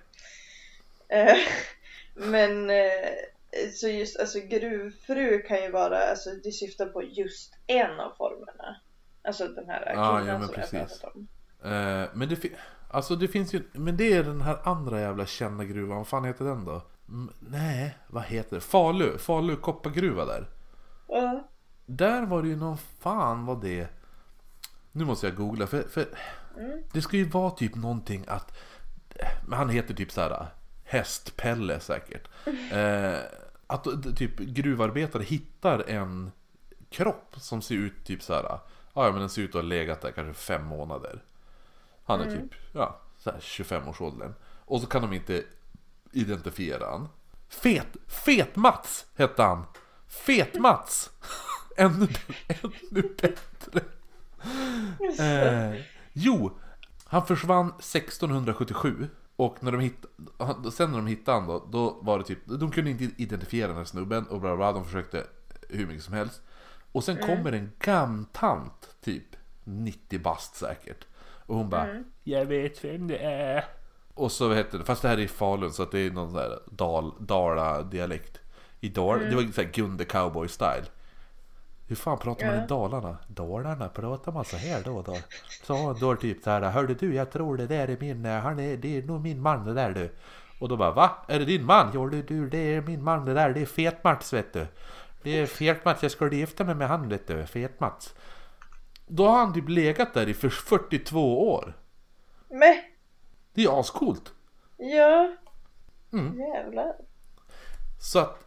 Men så just alltså gruvfru kan ju vara, alltså det syftar på just en av formerna. Alltså den här kvinnan som jag pratat om. Men det finns ju, men det är den här andra jävla kända gruvan. Vad fan heter den då? Nej, vad heter det? Falu koppargruva där. Där var det ju någon fan vad det. Nu måste jag googla för det ska ju vara typ någonting att, men han heter typ så här Hästpelle säkert. Att typ gruvarbetare hittar en kropp som ser ut typ så här. Ja, men den ser ut att ha legat där kanske 5 månader. Han är typ så här 25-årsåldern. Och så kan de inte identifiera han. Fet Mats hette han. Fet Mats. ännu bättre. Han försvann 1677. Och när de hittade han då var det typ, de kunde inte identifiera den här snubben och bla bla, de försökte hur mycket som helst. Och sen kommer en gamtant typ 90 bast säkert. Och hon bara, jag vet vem det är. Och så heter det, fast det här är i Falun så att det är någon sån här Dala-dialekt. Det var så här Gunde Cowboy style. Hur fan pratar man i Dalarna? Dalarna pratar man så här då. Så då typ så här, hörde du, jag tror det där är det är nog min man det där du. Och då bara, va? Är det din man? Jo du, det är min man det där, det är Fet-Mats vet du. Det är Fet-Mats, jag skulle gifta mig med han vet du, Fet-Mats. Då har han typ legat där i 42 år. Men det är ascoolt. Ja. Jävlar. Så att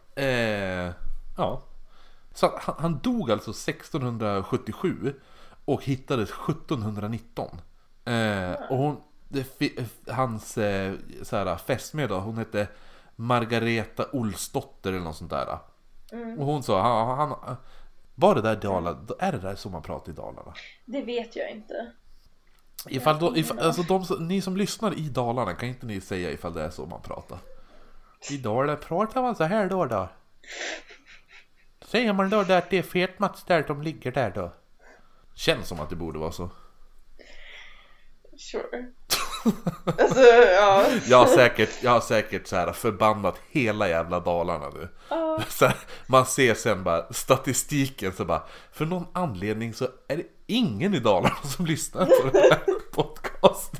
så att han dog alltså 1677 och hittades 1719. Och hans så här fästmö då, hon hette Margareta Olsdotter eller något sånt där. Och hon sa han var det där Dalarna, är det där som man pratar i Dalarna? Det vet jag inte. Alltså ni som lyssnar i Dalarna, kan inte ni säga ifall det är så man pratar? I Dalarna pratar man så här då. Säger man då att det är Fet-Mats där de ligger där då? Känns som att det borde vara så. Sure. Alltså, ja. Jag har säkert så här förbannat hela jävla Dalarna nu. Så här, man ser sen bara statistiken så bara, för någon anledning så är det ingen i Dalarna som lyssnar på den här podcasten.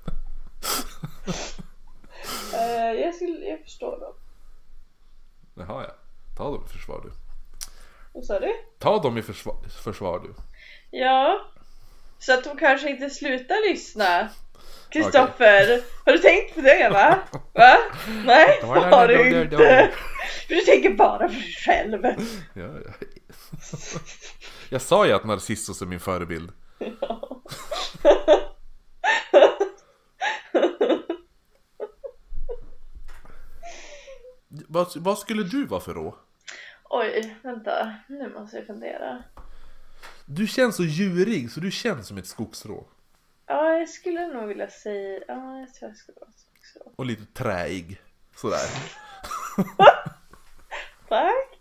Jag förstår dem. Jaha, ja. Ta dem i försvar du. Vad sa du? Ta dem i försvar du. Ja. Så att de kanske inte slutar lyssna. Kristoffer, okay. Har du tänkt på det va? Nej, har du inte. För du tänker bara för dig själv. Ja. Jag sa ju att Narcissus är min förebild. Ja. Vad skulle du vara för då? Oj, vänta. Nu måste jag fundera. Du känns så djurig, så du känns som ett skogsrå. Ja, jag skulle nog vilja säga... Ja, jag tror jag skulle vara ett skogsrå. Och lite träig. Sådär. Tack.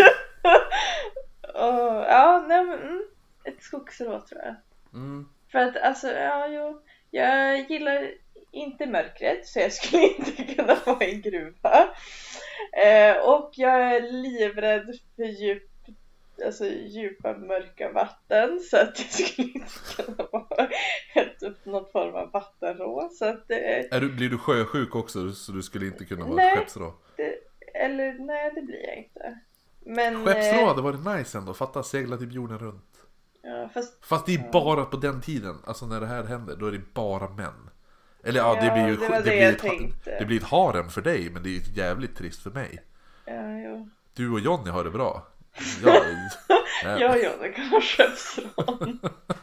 Ja, nej men... Ett skogsrå tror jag. För att, alltså, jag gillar inte mörkret, så jag skulle inte kunna vara i en gruva. Och jag är livrädd för djupa mörka vatten, så att jag skulle inte kunna vara någon form av vattenrå. Så att blir du sjösjuk också, så du skulle inte kunna vara skeppsrå? Nej, det blir jag inte. Men skeppsrå hade varit nice ändå, fatta segla till jorden runt. Ja, fast det är bara på den tiden, alltså när det här händer, då är det bara män. Eller det blir ett harem för dig, men det är jävligt trist för mig. Ja. Du och Johnny har det bra. Jag och Johnny kan ha skeppsrån.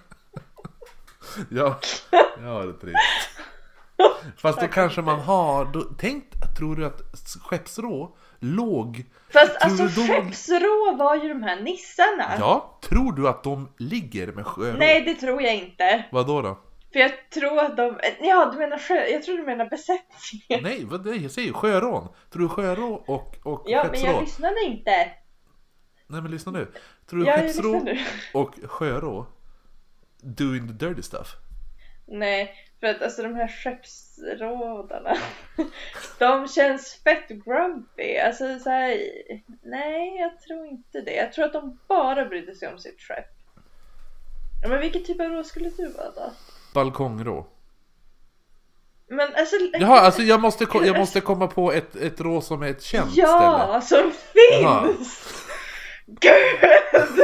Ja, det är trist. Fast då kanske man har tror du att skeppsrå låg... Fast alltså skeppsrå var ju de här nissarna. Ja, tror du att de ligger med sjörå? Nej, det tror jag inte. Vad då? För jag tror att de... Ja, du menar jag tror du menar besättningen. Nej, vad det jag säger sjörån. Tror du sjörån och Ja, men skeppsrå? jag lyssnade inte. Nej, men lyssna nu. Tror du Ja, jag skeppsrå lyssnar nu. och sjörå doing the dirty stuff? Nej, för att alltså de här skeppsrådarna de känns fett grumpy. Alltså så här, nej, jag tror inte det. Jag tror att de bara brydde sig om sitt skepp. Ja, men vilken typ av rå skulle du vara då? Balkongrå. Men alltså... Jaha, alltså jag måste komma på ett rå som är ett känt ställe. Ja, som finns! Gud!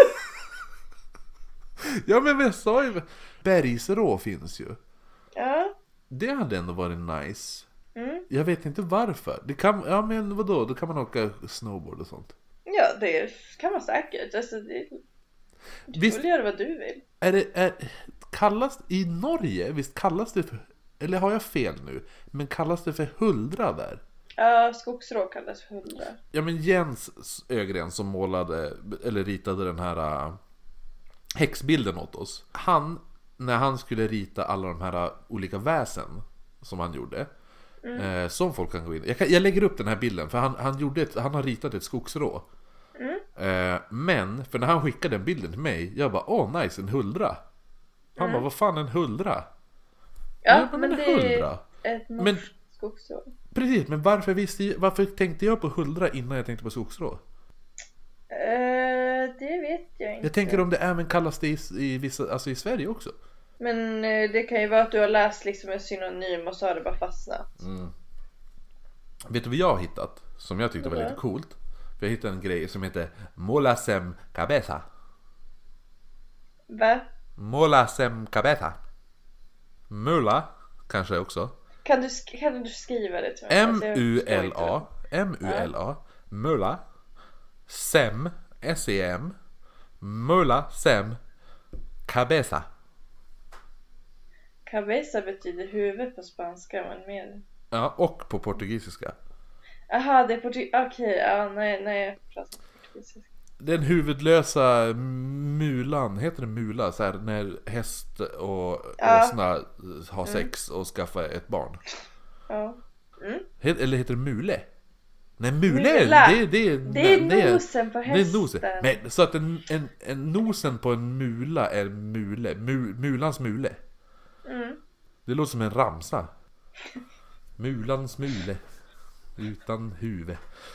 Ja, men jag sa ju... Bergsrå finns ju. Ja. Det hade ändå varit nice. Mm. Jag vet inte varför. Det kan, ja, men vadå? Då kan man åka snowboard och sånt. Ja, det kan man säkert. Alltså, du får göra vad du vill. Kallas i Norge, visst kallas det för, eller har jag fel nu, men kallas det för huldra där? Ja, skogsrå kallas för huldra. Ja, men Jens Ögren som målade eller ritade den här häxbilden åt oss. När han skulle rita alla de här olika väsen som han gjorde, som folk kan gå in. Jag lägger upp den här bilden för han har ritat ett skogsrå. Men för när han skickade den bilden till mig, jag bara, nice, en huldra. Han bara, vad fan en huldra? Ja, men det huldra. Är ett norskt skogsrå. Precis, men varför tänkte jag på huldra innan jag tänkte på skogsrå? Det vet jag inte. Jag tänker om det även kallas det i vissa, alltså i Sverige också. Men det kan ju vara att du har läst liksom en synonym och så har det bara fastnat. Vet du vad jag har hittat? Som jag tyckte var lite coolt. För jag hittade en grej som heter Mola sem cabeza. Va? Mola sem cabeza. Mula kanske också. Kan du skriva det till mig? M-U-L-A. Mula. Sem. S-E-M. Mula sem cabeza. Cabeza betyder huvud på spanska, men mer. Ja, och på portugisiska. Aha, det är okej, ja, nej, jag pratar portugisiska. Den huvudlösa mulan, heter det mula? Så här, när häst och åsna har sex och skaffar ett barn. Ja. Eller heter det mule? Nej, mule. Det är nosen på hästen. Det är nosen. Nej, så att en nosen på en mula är mule. Mulans mule. Det låter som en ramsa. Mulans mule utan huvud.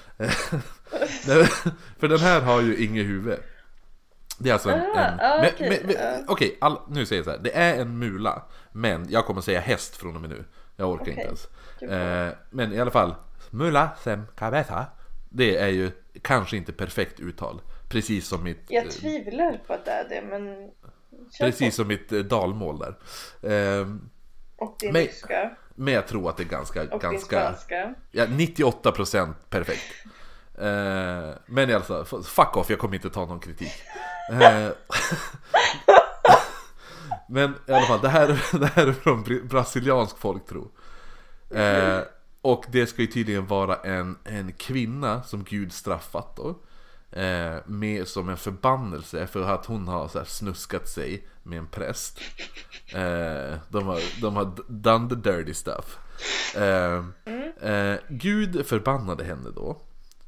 För den här har ju inget huvud. Det är alltså okej, nu säger jag så här. Det är en mula, men jag kommer säga häst från och med nu. Jag orkar inte ens. Men i alla fall, mula sem cabeza. Det är ju kanske inte perfekt uttal. Precis som mitt... Jag tvivlar på att det är det, men... Precis som mitt dalmål där. Och din ryska. Men jag tror att det är ganska 98% perfekt. Men alltså, fuck off, jag kommer inte ta någon kritik. Men i alla fall, det här är från brasiliansk folktro. Och det ska ju tydligen vara en kvinna som Gud straffat då. Med som en förbannelse för att hon har så här snuskat sig med en präst. De har done the dirty stuff. Gud förbannade henne då.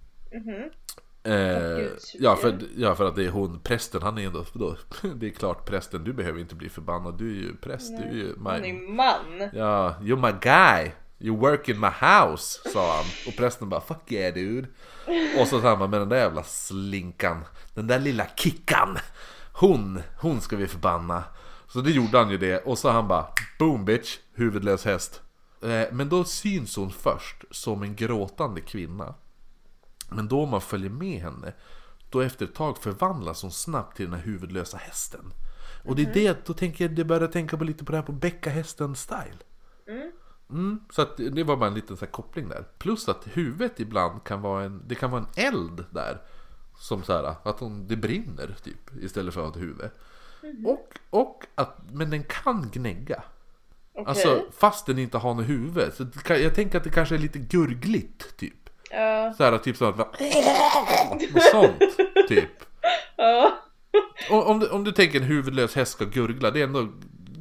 För att det är hon, prästen, han är ändå då, det är klart, prästen, du behöver inte bli förbannad, du är ju präst. Du är ju han är man. Ja, you're my guy. You work in my house, sa han. Och prästen bara, fuck yeah dude. Och så sa han, med den där jävla slinkan, den där lilla kickan, hon ska vi förbanna. Så det gjorde han ju det. Och så han bara, boom bitch, huvudlös häst. Men då syns hon först som en gråtande kvinna. Men då man följer med henne, då efter ett tag förvandlas hon snabbt till den här huvudlösa hästen. Och det är det, då börjar jag tänka på lite på det här på Becka-hästen-style. Så att det var bara en liten så här koppling där. Plus att huvudet ibland kan vara en eld där. Som så här, att det brinner typ, istället för att ha ett huvud. Och men den kan gnägga. Okay. Alltså fast den inte har något huvud. Så jag tänker att det kanske är lite gurgligt typ. Så här, typ så att något sånt typ. Om du tänker en huvudlös häst ska gurgla, det är ändå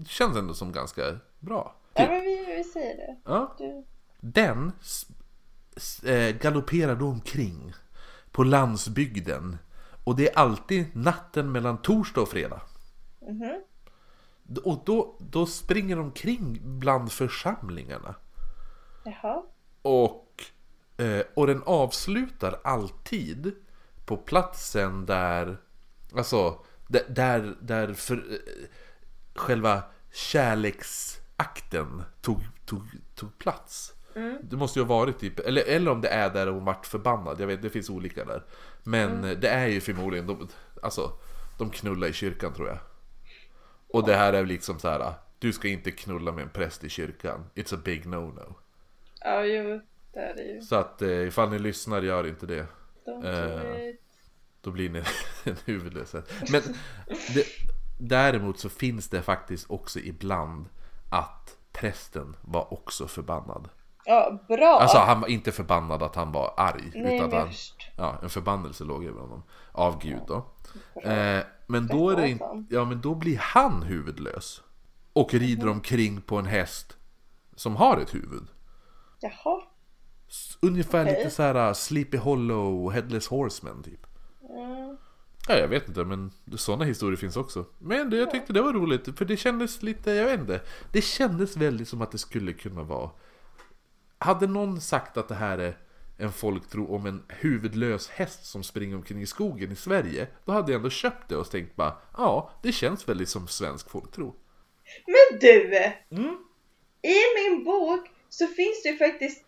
känns ändå som ganska bra. Ja, men vi säger det. Ja. Du... Den galopperar då omkring på landsbygden. Och det är alltid natten mellan torsdag och fredag. Mhm. Och då springer de omkring bland församlingarna. Jaha. Och den avslutar alltid på platsen där, alltså där själva kärleksakten tog plats. Det måste ju ha varit typ, eller om det är där hon vart förbannad. Jag vet, det finns olika där. Men det är ju förmodligen de knullar i kyrkan, tror jag. Och det här är liksom så här: du ska inte knulla med en präst i kyrkan. It's a big no-no. Ja, jo, det är det ju. Så att ifall ni lyssnar, gör inte det. Don't Då blir ni en huvudlöshet. Men däremot så finns det faktiskt också ibland att prästen var också förbannad. Ja, bra. Alltså han var inte förbannad att han var arg. Nej, utan att en förbannelse låg över honom. Av Gud då. Men då är det men då blir han huvudlös. Och rider omkring på en häst som har ett huvud. Jaha. Ungefär lite så här Sleepy Hollow, Headless Horseman typ. Ja, jag vet inte, men sådana historier finns också. Men jag tyckte det var roligt, för det kändes lite, jag vet inte. Det kändes väldigt som att det skulle kunna vara. Hade någon sagt att det här är en folktro om en huvudlös häst som springer omkring i skogen i Sverige, då hade jag ändå köpt det och tänkt bara, ja, det känns väldigt som svensk folktro. Men du! I min bok så finns det ju faktiskt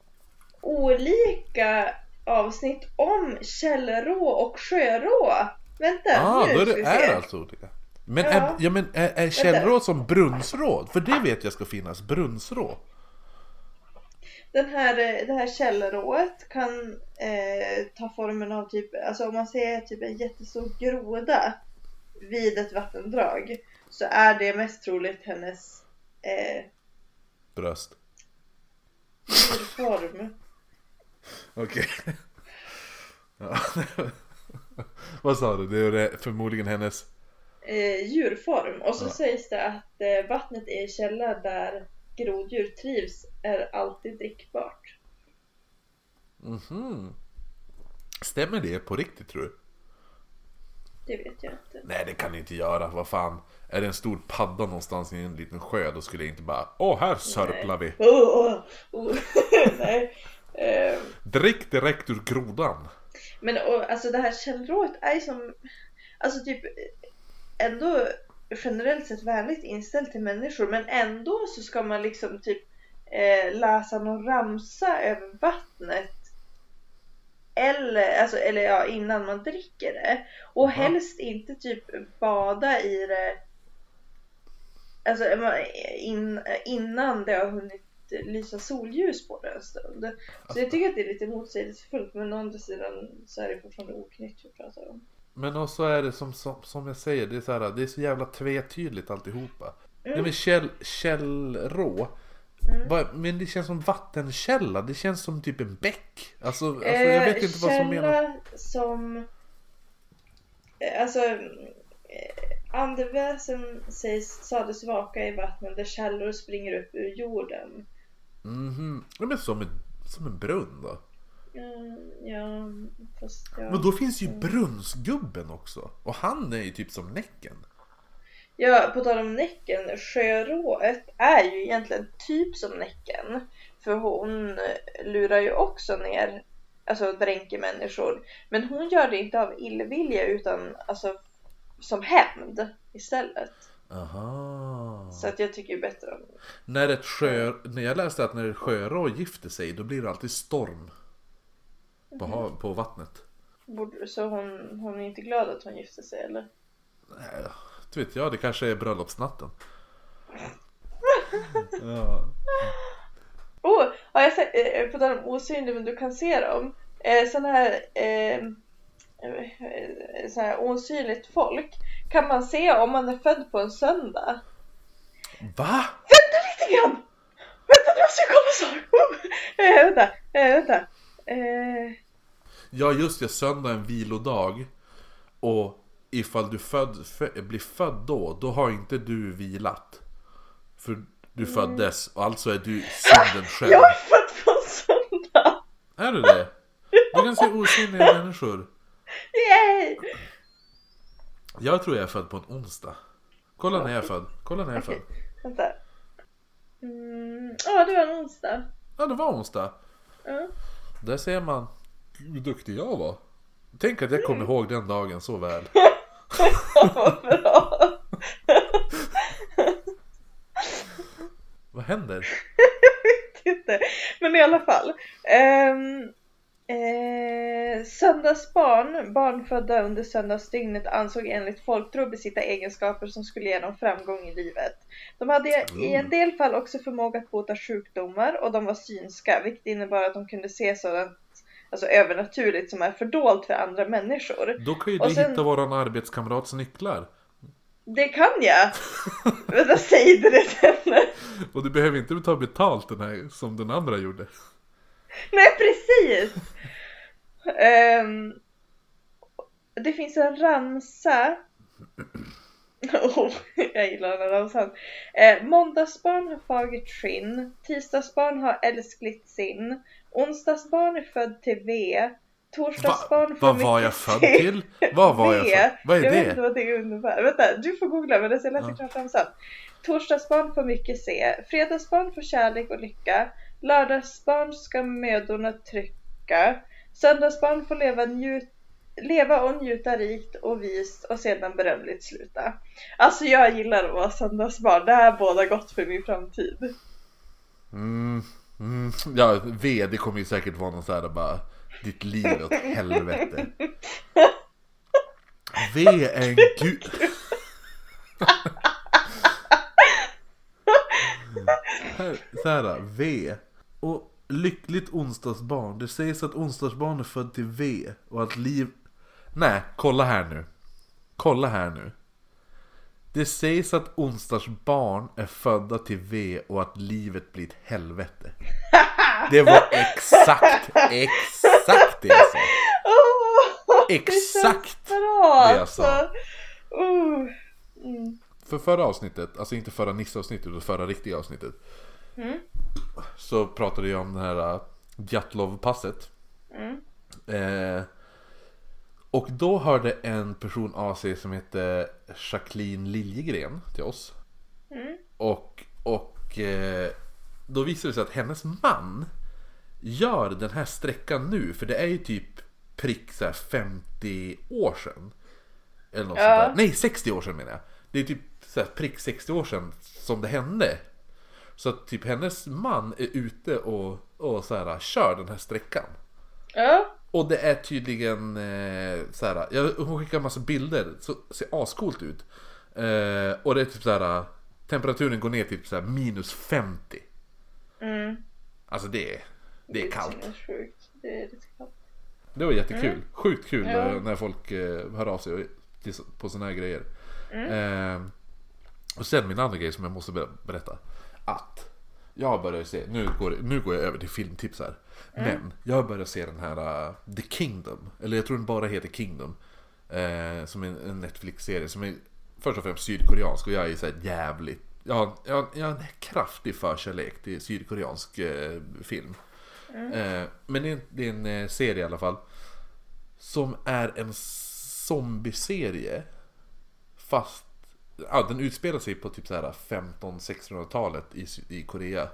olika avsnitt om källrå och sjörå. Vänta, då är det alltså olika. Men är källrå som brunnsrå? För det vet jag ska finnas, brunnsrå. Det här källrået kan ta formen av typ, alltså om man ser typ en jättestor groda vid ett vattendrag, så är det mest troligt hennes bröst. Djurform. Okej. Ja. Vad sa du? Det är förmodligen hennes djurform. Och så sägs det att vattnet är källa där groddjur trivs är alltid drickbart. Stämmer det på riktigt, tror du? Det vet jag inte. Nej, det kan ni inte göra. Vad fan? Är det en stor padda någonstans i en liten sjö, då skulle jag inte bara, här sörplar vi. Nej. Drick direkt ur grodan. Men alltså det här källrået är som, alltså typ ändå generellt sett vänligt inställt till människor, men ändå så ska man liksom typ läsa någon ramsa över vattnet eller innan man dricker det, och helst inte typ bada i det, alltså innan det har hunnit lysa solljus på det en stund. Så jag tycker att det är lite motsägelsefullt, men å andra sidan så är det fortfarande oknytt vi pratar om. Men också är det som jag säger, det är så här, det är så jävla tvetydligt alltihopa. Det med källrå. Men det känns som vattenkälla. Det känns som typ en bäck. Alltså jag vet inte vad som menar. Som andeväsen sades vaka i vattnen där källor springer upp ur jorden. Men som en brunn då. Ja, fast men då finns ju brunnsgubben också. Och han är ju typ som Näcken. Ja, på tal om Näcken, sjörået är ju egentligen typ som Näcken. För hon lurar ju också ner, alltså dränker människor. Men hon gör det inte av illvilja, utan alltså som hämnd istället. Aha. Så att jag tycker bättre om när jag läste att när ett sjörå gifter sig, då blir det alltid storm på vattnet. Så hon är inte glad att hon gifter sig, eller? Nej, det vet jag, det kanske är bröllopsnatten. Ja. Har jag sett på den osynliga, men du kan se dem. Sån här osynligt folk kan man se om man är född på en söndag. Va? Vänta lite grann! Vänta, nu måste jag kolla så. Vänta. Ja, just det, söndag är en vilodag. Och ifall du blir född då har inte du vilat. För du föddes och alltså är du synden själv. Jag är född på en söndag! Är du det? Du kan se osynliga människor. Yay! Jag tror jag är född på en onsdag. Kolla när jag är född. Okej, vänta. Ja, det var en onsdag. Ja, det var onsdag. Ja. Där ser man hur duktig jag var. Tänk att jag kommer ihåg den dagen så väl. Vad bra. Vad händer? Jag vet inte. Men i alla fall. Söndagsbarn, barn födda under söndagsdygnet, ansåg enligt folktro besitta egenskaper som skulle ge dem framgång i livet. De hade i en del fall också förmåga att bota sjukdomar och de var synska, vilket innebar att de kunde se sådant, alltså övernaturligt, som är fördolt för andra människor. Då kan ju du hitta våran arbetskamrats nycklar. Det kan jag. Men då säger du det till henne. Och du behöver inte ta betalt den här som den andra gjorde. Nej, precis. Det finns en ramsa. Jag gillar den här ramsan. Måndagsbarn har fagert skinn. Tisdagsbarn har älskligt sin. Onsdagsbarn är född till V. Torsdagsbarn vad var jag född till? Vad var jag född? Vad är jag det? vet inte vad det innebär. Vänta, du får googla, men jag läser klart ramsan. Torsdagsbarn får mycket se. Fredagsbarn får kärlek och lycka. Lördagsbarn ska mödorna trycka. Söndagsbarn får leva och njuta rikt och vist och sedan berömligt sluta. Alltså jag gillar att vara söndagsbarn. Det här båda gott för min framtid. Ja, det kommer ju säkert vara någon så här bara ditt liv åt helvete. Är en gud. Så här, V. Och lyckligt onsdagsbarn. Det sägs att onsdagsbarn är född till V. Och att liv... Nej, kolla här nu. Det sägs att onsdagsbarn är födda till V. Och att livet blir ett helvete. Det var exakt det jag sa. Exakt det jag sa. För förra avsnittet, alltså inte förra Nisse-avsnittet utan förra riktiga avsnittet, så pratade jag om det här Djatlov-passet. Och då hörde en person av sig som heter Jacqueline Liljegren till oss. Och då visade det sig att hennes man gör den här sträckan nu, för det är ju typ prick så här 50 år sedan. Eller något sånt där. Nej, 60 år sedan menar jag. Det är typ så här prick 60 år sedan som det hände. Så att typ hennes man är ute och så här kör den här sträckan. Ja. Och det är tydligen så här, hon skickar en massa bilder, så ser ascoolt ut. Och det är typ så här, temperaturen går ner till typ så här minus 50. Alltså det är kallt. Det är lite kallt. Det var jättekul. Sjukt kul när folk hör av sig på såna här grejer. Och sen min andra grej som jag måste berätta, att jag börjar se, nu går jag över till filmtips här. Men jag börjar se den här The Kingdom, eller jag tror den bara heter Kingdom, som är en Netflix-serie som är först och främst sydkoreansk. Och jag är så här jävligt, jag har en kraftig förkärlek till sydkoreansk film. Men det är en serie i alla fall, som är en zombieserie, fast den utspelar sig på typ så här 1500-1600-talet i Korea.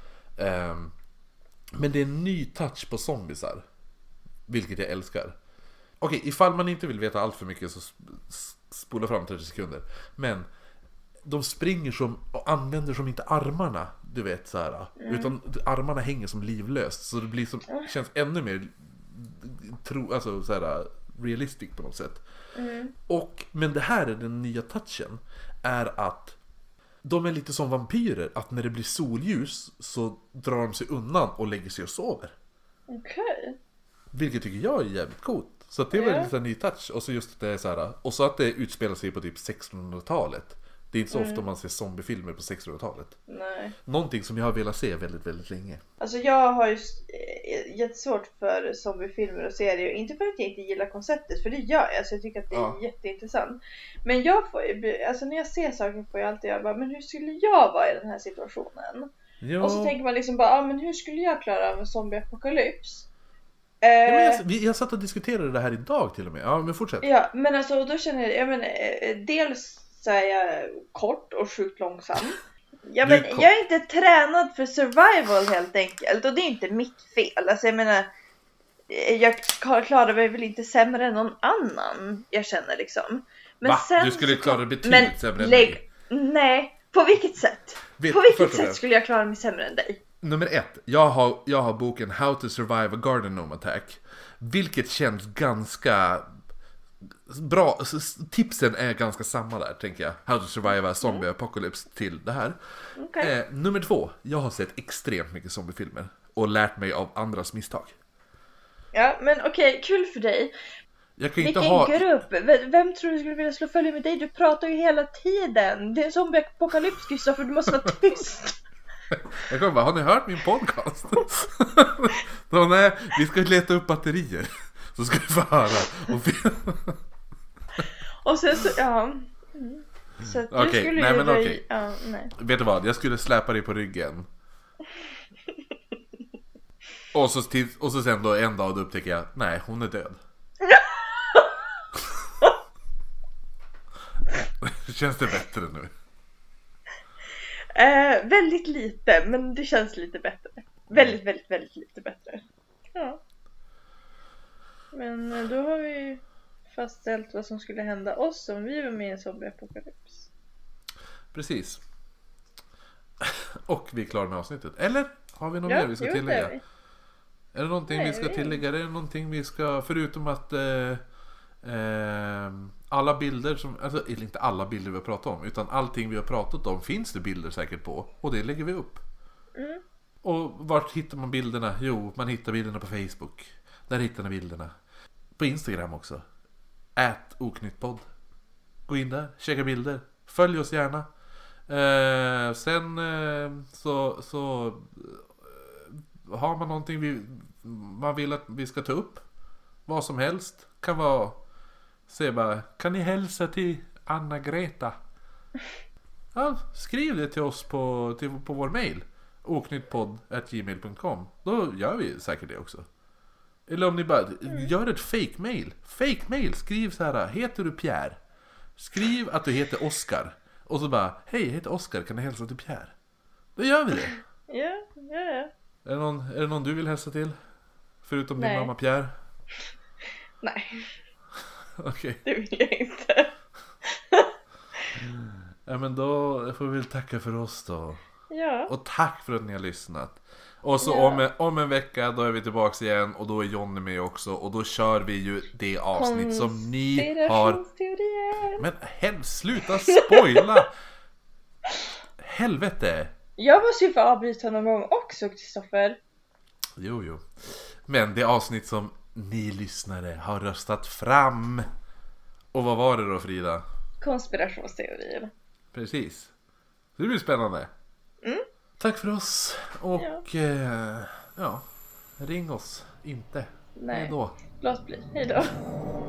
Men det är en ny touch på zombiesar, vilket jag älskar. Okej, ifall man inte vill veta allt för mycket så spola fram 30 sekunder. Men de springer som och använder som inte armarna, du vet så här, utan armarna hänger som livlöst, så det blir som känns ännu mer alltså så här realistic på något sätt. Men det här är den nya touchen, är att de är lite som vampyrer, att när det blir solljus så drar de sig undan och lägger sig och sover. Okej. Vilket tycker jag är jävligt coolt. Så det var lite en ny touch. Och så just det så här, och så att det utspelar sig på typ 1600-talet. Det är inte så ofta man ser zombiefilmer på 1600-talet. Nej. Någonting som jag har velat se väldigt, väldigt länge. Alltså jag har ju jättesvårt för zombiefilmer och serier. Inte för att jag inte gillar konceptet, för det gör jag. Så jag tycker att det är jätteintressant. Men jag får ju, alltså när jag ser saker får jag alltid göra bara, men hur skulle jag vara i den här situationen? Ja. Och så tänker man liksom bara, men hur skulle jag klara av en zombieapokalyps? Ja, men jag satt och diskuterade det här idag till och med. Ja, men fortsätt. Ja, men alltså då känner jag dels så är jag kort och sjukt långsam. Ja, men jag är inte tränad för survival helt enkelt. Och det är inte mitt fel. Alltså jag menar, jag klarar mig väl inte sämre än någon annan, jag känner liksom. Men va? Sen, du skulle klara dig betydligt sämre än mig? Nej, på vilket sätt? På vilket sätt skulle jag klara mig sämre än dig? Nummer 1. Jag har boken How to Survive a Garden Gnome Attack. Vilket känns ganska bra. Tipsen är ganska samma där, tänker jag. How to Survive a Zombie Apocalypse till det här. Okay. Nummer 2. Jag har sett extremt mycket zombiefilmer och lärt mig av andras misstag. Ja, men okej, kul för dig. Jag kan inte Vilken grupp? Vem tror du skulle vilja slå följe med dig? Du pratar ju hela tiden. Det är en zombie-apokalyps, Kristoffer. Du måste vara tyst. Jag kommer bara, har ni hört min podcast? Då, nej, vi ska leta upp batterier. Så ska du få höra. Och sen så, ja. Så att du skulle nej, ju... men okej. Ja, nej. Vet du vad, jag skulle släpa dig på ryggen. och så sen då en dag då upptäcker jag, nej, hon är död. Känns det bättre nu? Väldigt lite, men det känns lite bättre. Väldigt, väldigt, väldigt lite bättre. Ja. Men då har vi fastställt vad som skulle hända oss om vi var med i en zombie-apokalyps. Precis. Och vi är klara med avsnittet. Eller har vi något mer vi ska tillägga? Är det någonting vi ska tillägga? Är det någonting vi ska, förutom att alla bilder som, alltså inte alla bilder vi har pratat om, utan allting vi har pratat om finns det bilder säkert på, och det lägger vi upp. Och vart hittar man bilderna? Jo, man hittar bilderna på Facebook. Där hittar ni bilderna. På Instagram också. @oknyttpodd. Gå in där, checka bilder. Följ oss gärna. Sen så har man någonting man vill att vi ska ta upp. Vad som helst. Kan vara, se bara, kan ni hälsa till Anna-Greta? Ja, skriv det till oss på vår mail. oknyttpodd@gmail.com. Då gör vi säkert det också. Eller om ni bara gör ett fake mail, skriv så här: heter du Pierre? Skriv att du heter Oscar. Och så bara, hej, jag heter Oscar, kan du hälsa till Pierre? Då gör vi det. Ja. Är det någon du vill hälsa till? Förutom din mamma Pierre? Nej. Okej. Det vill jag inte. Ja, men då får vi väl tacka för oss då. Ja. Och tack för att ni har lyssnat. Och så om en vecka då är vi tillbaka igen. Och då är Johnny med också. Och då kör vi ju det avsnitt som ni har. Men sluta spoila. Helvete. Jag måste ju få avbryta någon gång också, Kristoffer. Jo. Men det avsnitt som ni lyssnare har röstat fram. Och vad var det då, Frida? Konspirationsteorier. Precis. Det blir spännande. Tack för oss. Och ring oss inte. Nej. Hej då. Låt bli. Hej då.